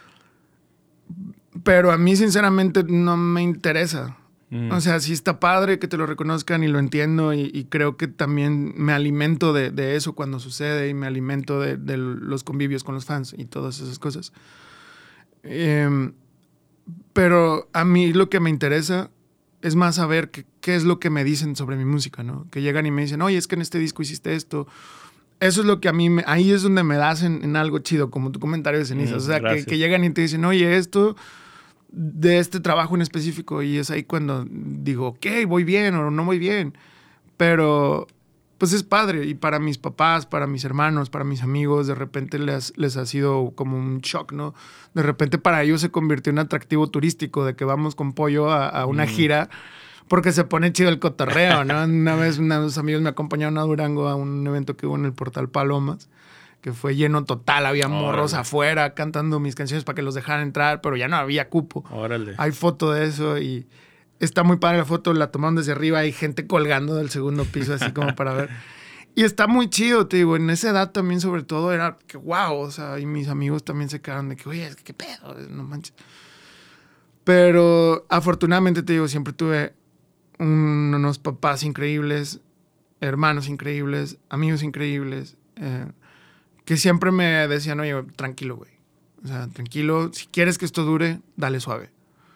B: Pero a mí sinceramente no me interesa. Mm. O sea, sí está padre que te lo reconozcan y lo entiendo y, y creo que también me alimento de, de eso cuando sucede y me alimento de, de los convivios con los fans y todas esas cosas. Eh, pero a mí lo que me interesa es más saber qué, qué es lo que me dicen sobre mi música, ¿no? Que llegan y me dicen, oye, es que en este disco hiciste esto. Eso es lo que a mí, me, ahí es donde me das en, en algo chido, como tu comentario de Cenizas. Mm, o sea, que, que llegan y te dicen, oye, esto de este trabajo en específico. Y es ahí cuando digo, ok, voy bien o no voy bien. Pero pues es padre. Y para mis papás, para mis hermanos, para mis amigos, de repente les, les ha sido como un shock, ¿no? De repente para ellos se convirtió en atractivo turístico de que vamos con Pollo a, a una mm. gira porque se pone chido el cotorreo, ¿no? Una vez unos amigos me acompañaron a Durango a un evento que hubo en el Portal Palomas, que fue lleno total, había morros Órale. afuera cantando mis canciones para que los dejaran entrar, pero ya no había cupo.
A: Órale.
B: Hay foto de eso y está muy padre la foto, la tomaron desde arriba, hay gente colgando del segundo piso así como para ver. Y está muy chido, te digo, en esa edad también sobre todo era que wow, o sea, y mis amigos también se quedaron de que, oye, es que qué pedo, no manches. Pero afortunadamente, te digo, siempre tuve un, unos papás increíbles, hermanos increíbles, amigos increíbles, eh, que siempre me decían, oye, tranquilo, güey. O sea, tranquilo, si quieres que esto dure, dale suave.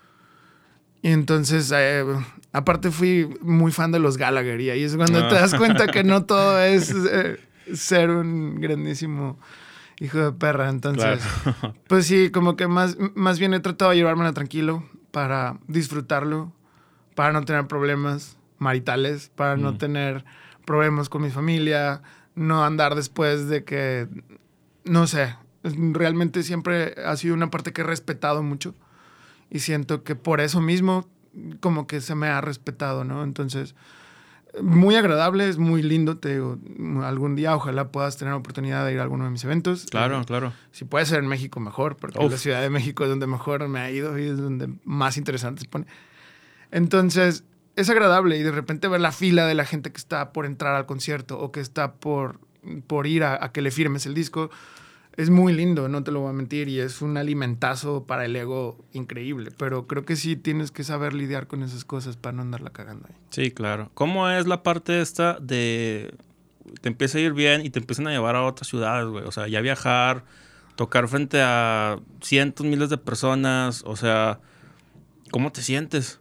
B: Y entonces, eh, aparte fui muy fan de los Gallagher y ahí es cuando te das cuenta que no todo es eh, ser un grandísimo hijo de perra. Entonces, claro. Pues sí, como que más, más bien he tratado de llevármela tranquilo para disfrutarlo, para no tener problemas maritales, para mm. no tener problemas con mi familia, no andar después de que, no sé, realmente siempre ha sido una parte que he respetado mucho. Y siento que por eso mismo como que se me ha respetado, ¿no? Entonces, muy agradable, es muy lindo, te digo, algún día ojalá puedas tener la oportunidad de ir a alguno de mis eventos.
A: Claro,
B: eh,
A: claro.
B: Si puede ser en México, mejor, porque Uf. la Ciudad de México es donde mejor me ha ido y es donde más interesante se pone. Entonces, es agradable y de repente ver la fila de la gente que está por entrar al concierto o que está por, por ir a, a que le firmes el disco. Es muy lindo, no te lo voy a mentir, y es un alimentazo para el ego increíble. Pero creo que sí tienes que saber lidiar con esas cosas para no andarla cagando ahí.
A: Sí, claro. ¿Cómo es la parte esta de te empieza a ir bien y te empiezan a llevar a otras ciudades, güey? O sea, ya viajar, tocar frente a cientos, miles de personas. O sea, ¿cómo te sientes?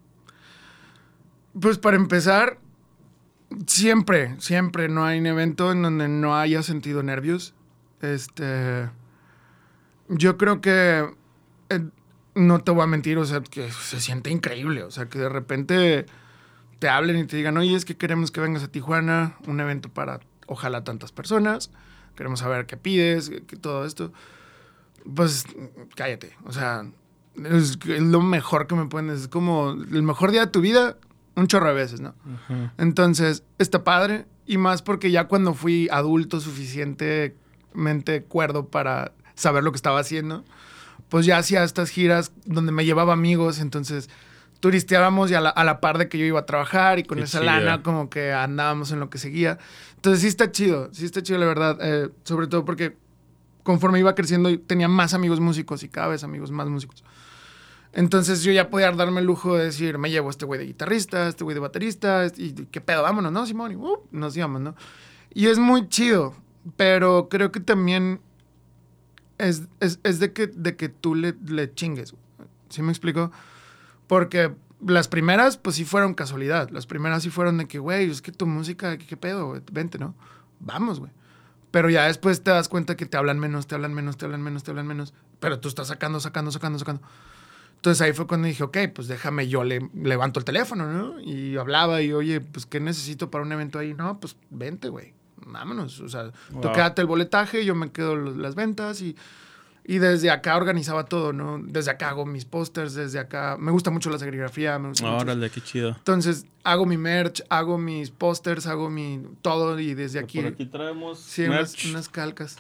B: Pues para empezar, siempre, siempre no hay un evento en donde no haya sentido nervios. Este, yo creo que eh, no te voy a mentir, o sea, que se siente increíble, o sea, que de repente te hablen y te digan, oye, es que queremos que vengas a Tijuana, un evento para, ojalá, tantas personas, queremos saber qué pides, que, que todo esto, pues cállate, o sea, es, es lo mejor que me pueden decir, es como el mejor día de tu vida, un chorro de veces, ¿no? Uh-huh. Entonces, está padre, y más porque ya cuando fui adulto suficiente mente cuerdo para saber lo que estaba haciendo, pues ya hacía estas giras donde me llevaba amigos, entonces turisteábamos y a la, a la par de que yo iba a trabajar y con Qué esa chido. lana como que andábamos en lo que seguía. Entonces sí está chido, sí está chido la verdad, eh, sobre todo porque conforme iba creciendo tenía más amigos músicos y cada vez amigos más músicos. Entonces yo ya podía darme el lujo de decir, me llevo a este güey de guitarrista, este güey de baterista, y qué pedo, vámonos, ¿no, Simón? Y uh, nos íbamos, ¿no? Y es muy chido. Pero creo que también es, es, es de, que, de que tú le, le chingues. ¿Sí me explico? Porque las primeras, pues sí fueron casualidad. Las primeras sí fueron de que, güey, es que tu música, ¿qué, qué pedo? Güey? Vente, ¿no? Vamos, güey. Pero ya después te das cuenta que te hablan menos, te hablan menos, te hablan menos, te hablan menos. Pero tú estás sacando, sacando, sacando, sacando. Entonces ahí fue cuando dije, ok, pues déjame, yo le levanto el teléfono, ¿no? Y hablaba y, oye, pues, ¿qué necesito para un evento ahí? No, pues, vente, güey. Vámonos, o sea, wow. Tú quédate el boletaje, yo me quedo las ventas y, y desde acá organizaba todo, ¿no? Desde acá hago mis pósters, desde acá, me gusta mucho la serigrafía, me gusta
A: Órale,
B: mucho.
A: Qué chido.
B: Entonces, hago mi merch, hago mis pósters, hago mi todo y desde aquí...
A: Por aquí traemos
B: sí, unas, unas calcas.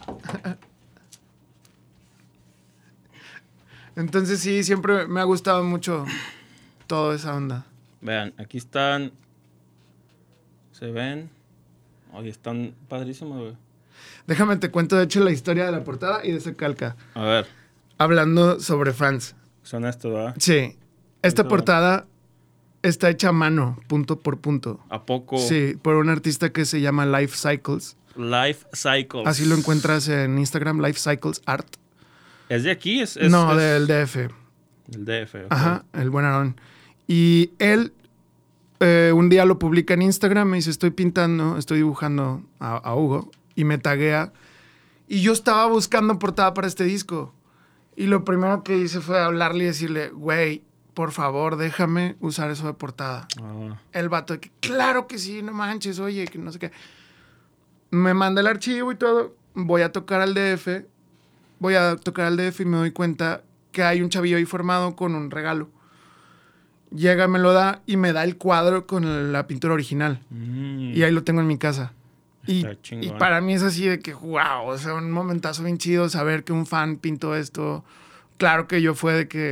B: Entonces, sí, siempre me ha gustado mucho toda esa onda.
A: Vean, aquí están, se ven... Oye, están padrísimos, güey.
B: Déjame te cuento, de hecho, la historia de la portada y de esa calca.
A: A ver.
B: Hablando sobre fans.
A: Son estos, ¿verdad?
B: Sí. Esta portada está hecha a mano, punto por punto.
A: ¿A poco?
B: Sí, por un artista que se llama Life Cycles.
A: Life Cycles.
B: Así lo encuentras en Instagram, Life Cycles Art.
A: ¿Es de aquí? Es, es,
B: no,
A: es...
B: del D F.
A: Del D F, ok.
B: Ajá, el buen Aarón. Y él... Eh, un día lo publica en Instagram, me dice, estoy pintando, estoy dibujando a, a Hugo, y me taguea. Y yo estaba buscando portada para este disco. Y lo primero que hice fue hablarle y decirle, güey, por favor, déjame usar eso de portada. Ah. El vato de que, claro que sí, no manches, oye, que no sé qué. Me manda el archivo y todo, voy a tocar al D F, voy a tocar al D F y me doy cuenta que hay un chavillo ahí formado con un regalo. Llega, me lo da y me da el cuadro con la pintura original. Mm. Y ahí lo tengo en mi casa. Y, y para mí es así de que, wow, o sea, un momentazo bien chido saber que un fan pintó esto. Claro que yo fue de que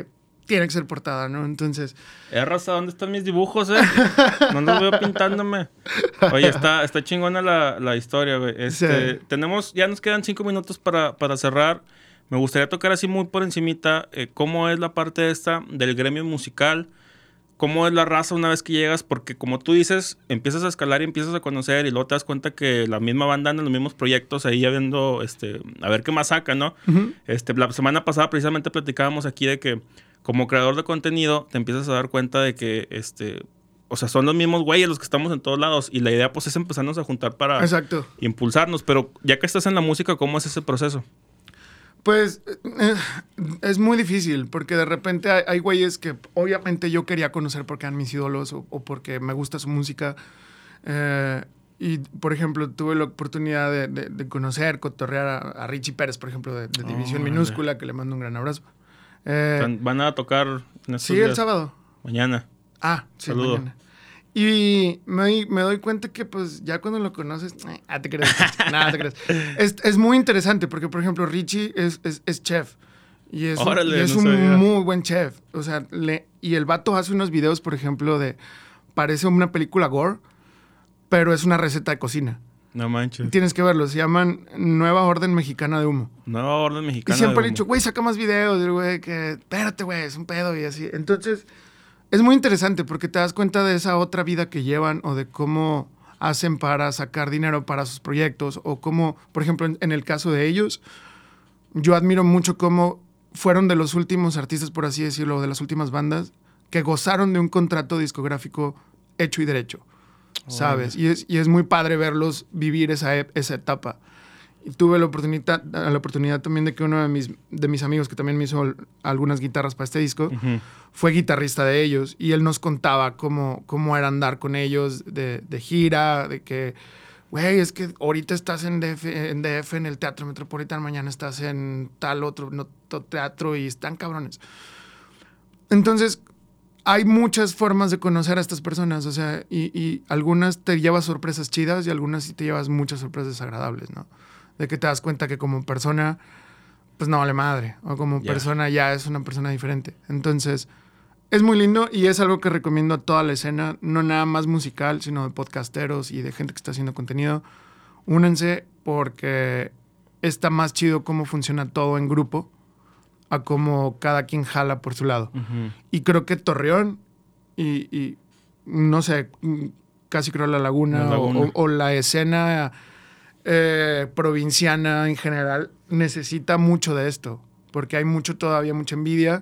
B: tiene que ser portada, ¿no? Entonces...
A: Eh, raza, ¿dónde están mis dibujos, eh? No los veo pintándome. Oye, está, está chingona la, la historia, güey. Este, sí. Tenemos, ya nos quedan cinco minutos para, para cerrar. Me gustaría tocar así muy por encimita eh, cómo es la parte esta del gremio musical, cómo es la raza una vez que llegas, porque como tú dices, empiezas a escalar y empiezas a conocer y luego te das cuenta que la misma banda anda en los mismos proyectos ahí ya viendo, este, a ver qué más saca, ¿no? Uh-huh. Este, la semana pasada precisamente platicábamos aquí de que como creador de contenido te empiezas a dar cuenta de que, este, o sea, son los mismos güeyes los que estamos en todos lados y la idea pues es empezarnos a juntar para
B: Exacto.
A: impulsarnos, pero ya que estás en la música, ¿cómo es ese proceso?
B: Pues eh, es muy difícil porque de repente hay, hay güeyes que obviamente yo quería conocer porque eran mis ídolos o, o porque me gusta su música. Eh, y, por ejemplo, tuve la oportunidad de, de, de conocer, cotorrear a, a Richie Pérez, por ejemplo, de, de oh, División vale. Minúscula, que le mando un gran abrazo.
A: Eh, ¿Van a tocar en estos
B: Sí,
A: días?
B: El sábado.
A: Mañana.
B: Ah, sí,
A: Saludo.
B: Mañana. Y me, me doy cuenta que, pues, ya cuando lo conoces... Eh, ah, te crees. Nada, te crees. Es, es muy interesante porque, por ejemplo, Richie es, es, es chef. Y es
A: Órale,
B: un, y es
A: no
B: un
A: sabía.
B: muy buen chef. O sea, le, y el vato hace unos videos, por ejemplo, de... Parece una película gore, pero es una receta de cocina.
A: No manches.
B: Tienes que verlo. Se llaman Nueva Orden Mexicana de Humo.
A: Nueva Orden Mexicana
B: Y siempre
A: de
B: he dicho, güey, saca más videos. Güey, que espérate, güey, es un pedo y así. Entonces... Es muy interesante porque te das cuenta de esa otra vida que llevan o de cómo hacen para sacar dinero para sus proyectos o cómo, por ejemplo, en, en el caso de ellos, yo admiro mucho cómo fueron de los últimos artistas, por así decirlo, de las últimas bandas que gozaron de un contrato discográfico hecho y derecho, oh, ¿sabes? Y es, y es muy padre verlos vivir esa, esa etapa. Y tuve la oportunidad, la oportunidad también de que uno de mis, de mis amigos, que también me hizo algunas guitarras para este disco, uh-huh. fue guitarrista de ellos. Y él nos contaba cómo, cómo era andar con ellos de, de gira, de que, güey, es que ahorita estás en D F, en D F, en el Teatro Metropolitano, mañana estás en tal otro, otro teatro y están cabrones. Entonces, hay muchas formas de conocer a estas personas, o sea, y, y algunas te llevas sorpresas chidas y algunas sí te llevas muchas sorpresas desagradables, ¿no? De que te das cuenta que como persona, pues no vale madre. O como yeah. persona ya es una persona diferente. Entonces, es muy lindo y es algo que recomiendo a toda la escena. No nada más musical, sino de podcasteros y de gente que está haciendo contenido. Únanse porque está más chido cómo funciona todo en grupo a cómo cada quien jala por su lado. Uh-huh. Y creo que Torreón y, y no sé, casi creo La Laguna, la Laguna. O, o, o la escena... Eh, provinciana en general necesita mucho de esto porque hay mucho todavía mucha envidia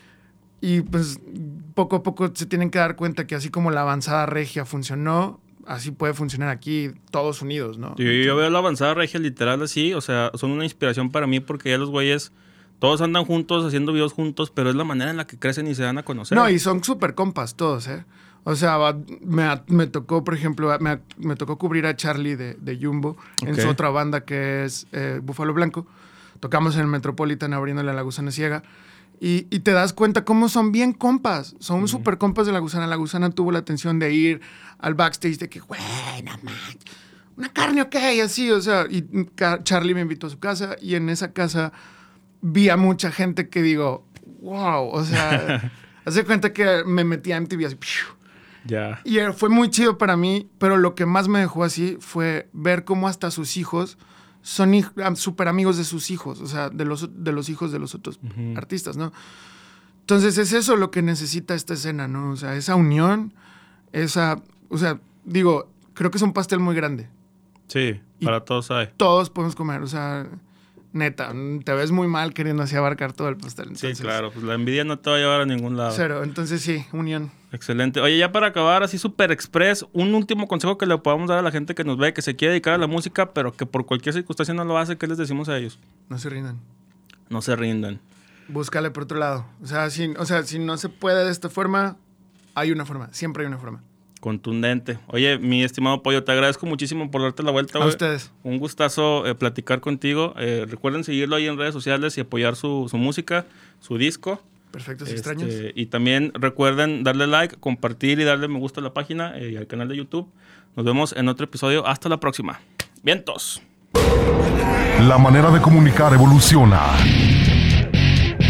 B: y pues poco a poco se tienen que dar cuenta que así como la avanzada regia funcionó, así puede funcionar aquí todos unidos, ¿no?
A: Yo, yo veo la avanzada regia literal así, o sea, son una inspiración para mí porque ya los güeyes todos andan juntos haciendo videos juntos, pero es la manera en la que crecen y se dan a conocer.
B: No, y son súper compas todos, ¿eh? O sea, me, me tocó, por ejemplo, me, me tocó cubrir a Charlie de, de Jumbo okay. en su otra banda que es eh, Búfalo Blanco. Tocamos en el Metropolitan abriéndole a La Gusana Ciega. Y, y te das cuenta cómo son bien compas. Son uh-huh. súper compas de La Gusana. La Gusana tuvo la atención de ir al backstage de que, güey, no manches, una carne, ok, y así. O sea, y Charlie me invitó a su casa y en esa casa vi a mucha gente que digo, wow, o sea, hace cuenta que me metí a M T V así, ¡piu!
A: Yeah.
B: Y fue muy chido para mí, pero lo que más me dejó así fue ver cómo hasta sus hijos son hij- súper amigos de sus hijos, o sea, de los, de los hijos de los otros uh-huh. artistas, ¿no? Entonces es eso lo que necesita esta escena, ¿no? O sea, esa unión, esa, o sea, digo, creo que es un pastel muy grande.
A: Sí, y para todos hay.
B: Todos podemos comer, o sea... Neta, te ves muy mal queriendo así abarcar todo el pastel. Entonces,
A: sí, claro, pues la envidia no te va a llevar a ningún lado.
B: Cero, entonces sí, unión.
A: Excelente. Oye, ya para acabar, así súper express, un último consejo que le podamos dar a la gente que nos ve, que se quiere dedicar a la música, pero que por cualquier circunstancia no lo hace, ¿qué les decimos a ellos?
B: No se rindan.
A: No se rindan.
B: Búscale por otro lado. O sea, si, o sea, si no se puede de esta forma, hay una forma, siempre hay una forma.
A: Contundente. Oye, mi estimado Pollo, te agradezco muchísimo por darte la vuelta.
B: A
A: wey.
B: ustedes.
A: Un gustazo eh, platicar contigo. Eh, recuerden seguirlo ahí en redes sociales y apoyar su, su música, su disco.
B: Perfectos
A: este,
B: extraños.
A: Y también recuerden darle like, compartir y darle me gusta a la página eh, y al canal de YouTube. Nos vemos en otro episodio. Hasta la próxima. Vientos.
C: La manera de comunicar evoluciona.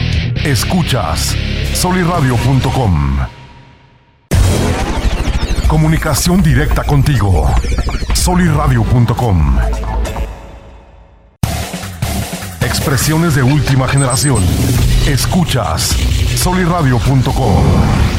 C: Escuchas soliradio punto com. Comunicación directa contigo. soliradio punto com. Expresiones de última generación. Escuchas soliradio punto com.